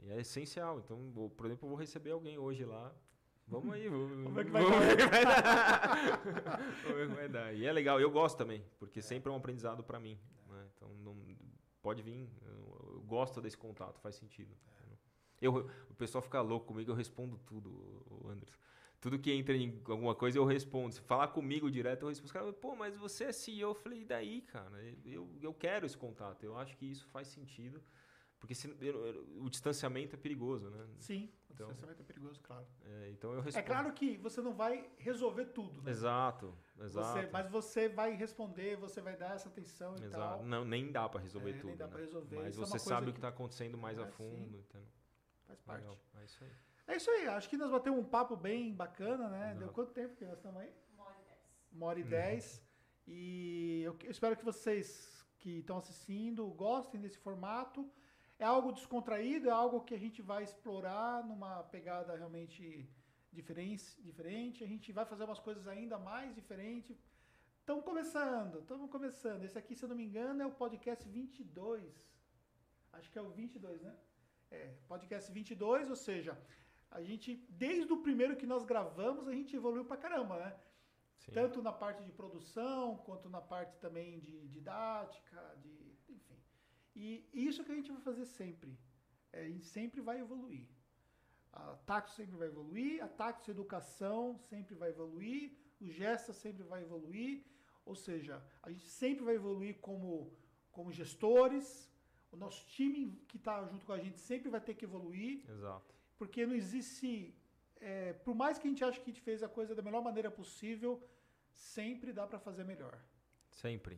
E é essencial. Então, por exemplo, eu vou receber alguém hoje lá. Vamos aí, Vamos ver o que vai dar. Vamos ver o que vai dar. E é legal, eu gosto também, porque sempre é um aprendizado para mim. Né? Então, pode vir. Eu gosto desse contato, faz sentido. O pessoal fica louco comigo, eu respondo tudo, o Anderson. Tudo que entra em alguma coisa, eu respondo. Se falar comigo direto, eu respondo. Os caras, pô, mas você é CEO. Eu falei, e daí, cara? Eu quero esse contato. Eu acho que isso faz sentido. Porque o distanciamento é perigoso, né? Sim, o distanciamento é perigoso, claro. Então eu respondo. É claro que você não vai resolver tudo, né? Exato. Mas você vai responder, você vai dar essa atenção e tal. Não, nem dá para resolver tudo. Nem dá né? para resolver. Mas isso você sabe o que está acontecendo mais a fundo. Então, faz parte. Legal. É isso aí. É isso aí. Acho que nós batemos um papo bem bacana, né? Exato. Deu quanto tempo que nós estamos aí? 1h10. E eu espero que vocês que estão assistindo gostem desse formato. É algo descontraído, é algo que a gente vai explorar numa pegada realmente diferente. A gente vai fazer umas coisas ainda mais diferentes. Estamos começando. Esse aqui, se eu não me engano, é o podcast 22. Acho que é o 22, né? Podcast 22, ou seja, a gente, desde o primeiro que nós gravamos, a gente evoluiu pra caramba, né? Sim. Tanto na parte de produção, quanto na parte também de didática, enfim. E isso que a gente vai fazer sempre. A gente sempre vai evoluir. A Tactus sempre vai evoluir, a Tactus Educação sempre vai evoluir, o Gesta sempre vai evoluir, ou seja, a gente sempre vai evoluir como gestores, o nosso time que está junto com a gente sempre vai ter que evoluir. Exato. Porque não existe... por mais que a gente ache que a gente fez a coisa da melhor maneira possível, sempre dá para fazer melhor. Sempre.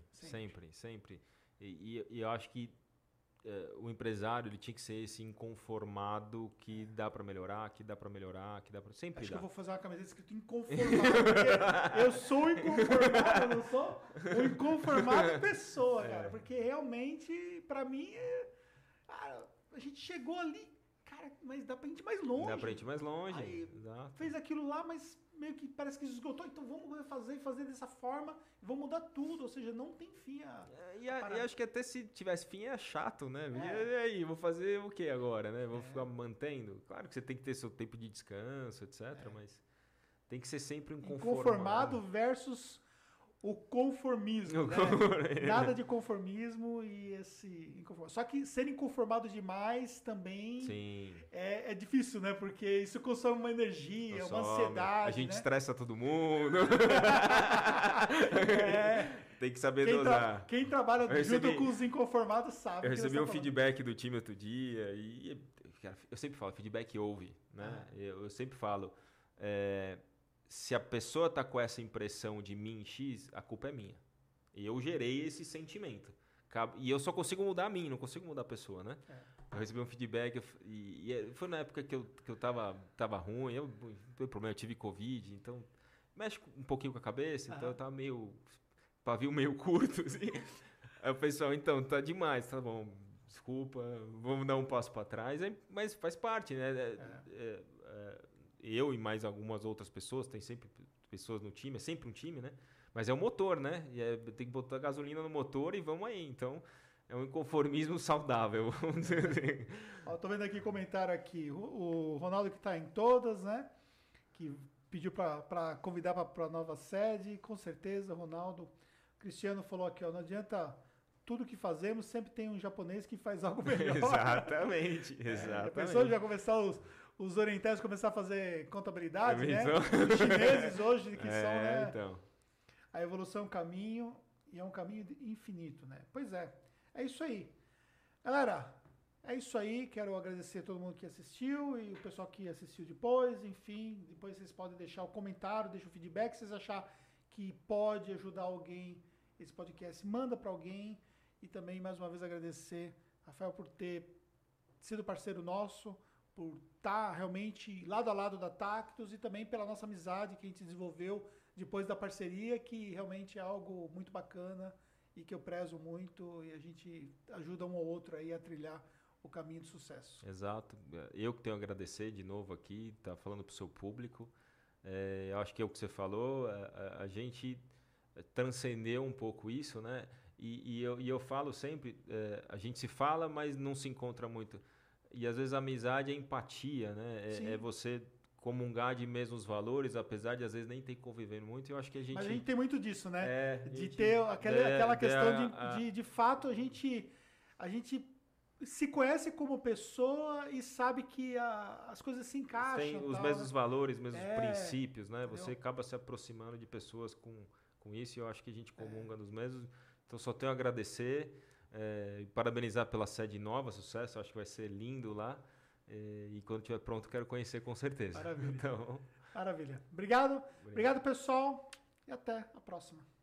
E eu acho que o empresário ele tinha que ser esse inconformado que dá para melhorar, sempre Acho dá. que eu vou fazer uma camiseta escrito inconformado, porque eu sou inconformado, eu não sou um inconformado em pessoa, cara, porque realmente, para mim, a gente chegou ali, cara, mas dá pra gente ir mais longe. Dá pra gente ir mais longe, aí, exato. Fez aquilo lá, mas meio que parece que esgotou, então vamos fazer dessa forma, vamos mudar tudo, ou seja, não tem fim e acho que até se tivesse fim é chato, né? E aí, vou fazer o que agora, né? Vou ficar mantendo? Claro que você tem que ter seu tempo de descanso, etc, mas tem que ser sempre um inconformado versus o conformismo, né? Nada de conformismo e esse inconformismo. Só que ser inconformado demais também é difícil, né? Porque isso consome uma energia, uma ansiedade. A gente estressa todo mundo. Tem que saber dosar. Quem trabalha junto com os inconformados sabe. Eu recebi um feedback do time outro dia e eu sempre falo, feedback ouve, né? Eu sempre falo, se a pessoa tá com essa impressão de mim X, a culpa é minha. E eu gerei esse sentimento. E eu só consigo mudar a mim, não consigo mudar a pessoa, né? Eu recebi um feedback e foi na época que eu tava ruim, não teve problema, eu tive Covid, então mexe um pouquinho com a cabeça, então eu tava pavio meio curto, assim. Aí o pessoal, então, tá demais, tá bom, desculpa, vamos dar um passo para trás, mas faz parte, né? Eu e mais algumas outras pessoas, tem sempre pessoas no time, é sempre um time, né? Mas é o motor, né? E tem que botar gasolina no motor e vamos aí. Então, é um inconformismo saudável, vamos dizer assim. Tô vendo aqui comentário aqui. O Ronaldo que tá em todas, né? Que pediu para convidar para a nova sede. Com certeza, Ronaldo. O Cristiano falou aqui, não adianta... Tudo que fazemos, sempre tem um japonês que faz algo melhor. Exatamente. A pessoa já começar os orientais começar a fazer contabilidade, né? Os chineses hoje que são, né? Então. A evolução é um caminho e é um caminho infinito, né? Pois é. É isso aí. Galera, é isso aí. Quero agradecer a todo mundo que assistiu e o pessoal que assistiu depois. Enfim, depois vocês podem deixar o comentário, deixa o feedback. Se vocês acharem que pode ajudar alguém esse podcast, manda para alguém. E também, mais uma vez, agradecer, Rafael, por ter sido parceiro nosso, por estar realmente lado a lado da Tactus e também pela nossa amizade que a gente desenvolveu depois da parceria, que realmente é algo muito bacana e que eu prezo muito e a gente ajuda um ao outro aí a trilhar o caminho de sucesso. Exato. Eu que tenho a agradecer de novo aqui, tá falando para o seu público. Eu acho que é o que você falou, a gente transcendeu um pouco isso, né? E eu falo sempre, a gente se fala, mas não se encontra muito. E às vezes a amizade é empatia, né? Sim. É você comungar de mesmos valores, apesar de às vezes nem ter convivendo muito. Eu acho que a gente... Mas a gente tem muito disso, né? De gente ter aquela questão a- de fato, a gente se conhece como pessoa e sabe que as coisas se encaixam. tem os tal, mesmos né? valores, mesmos É, princípios, né? entendeu? Você acaba se aproximando de pessoas com isso e eu acho que a gente comunga nos mesmos. Então só tenho a agradecer e parabenizar pela sede nova, sucesso. Acho que vai ser lindo lá. E quando estiver pronto, quero conhecer com certeza. Maravilha. Então, Maravilha. Obrigado, pessoal, e até a próxima.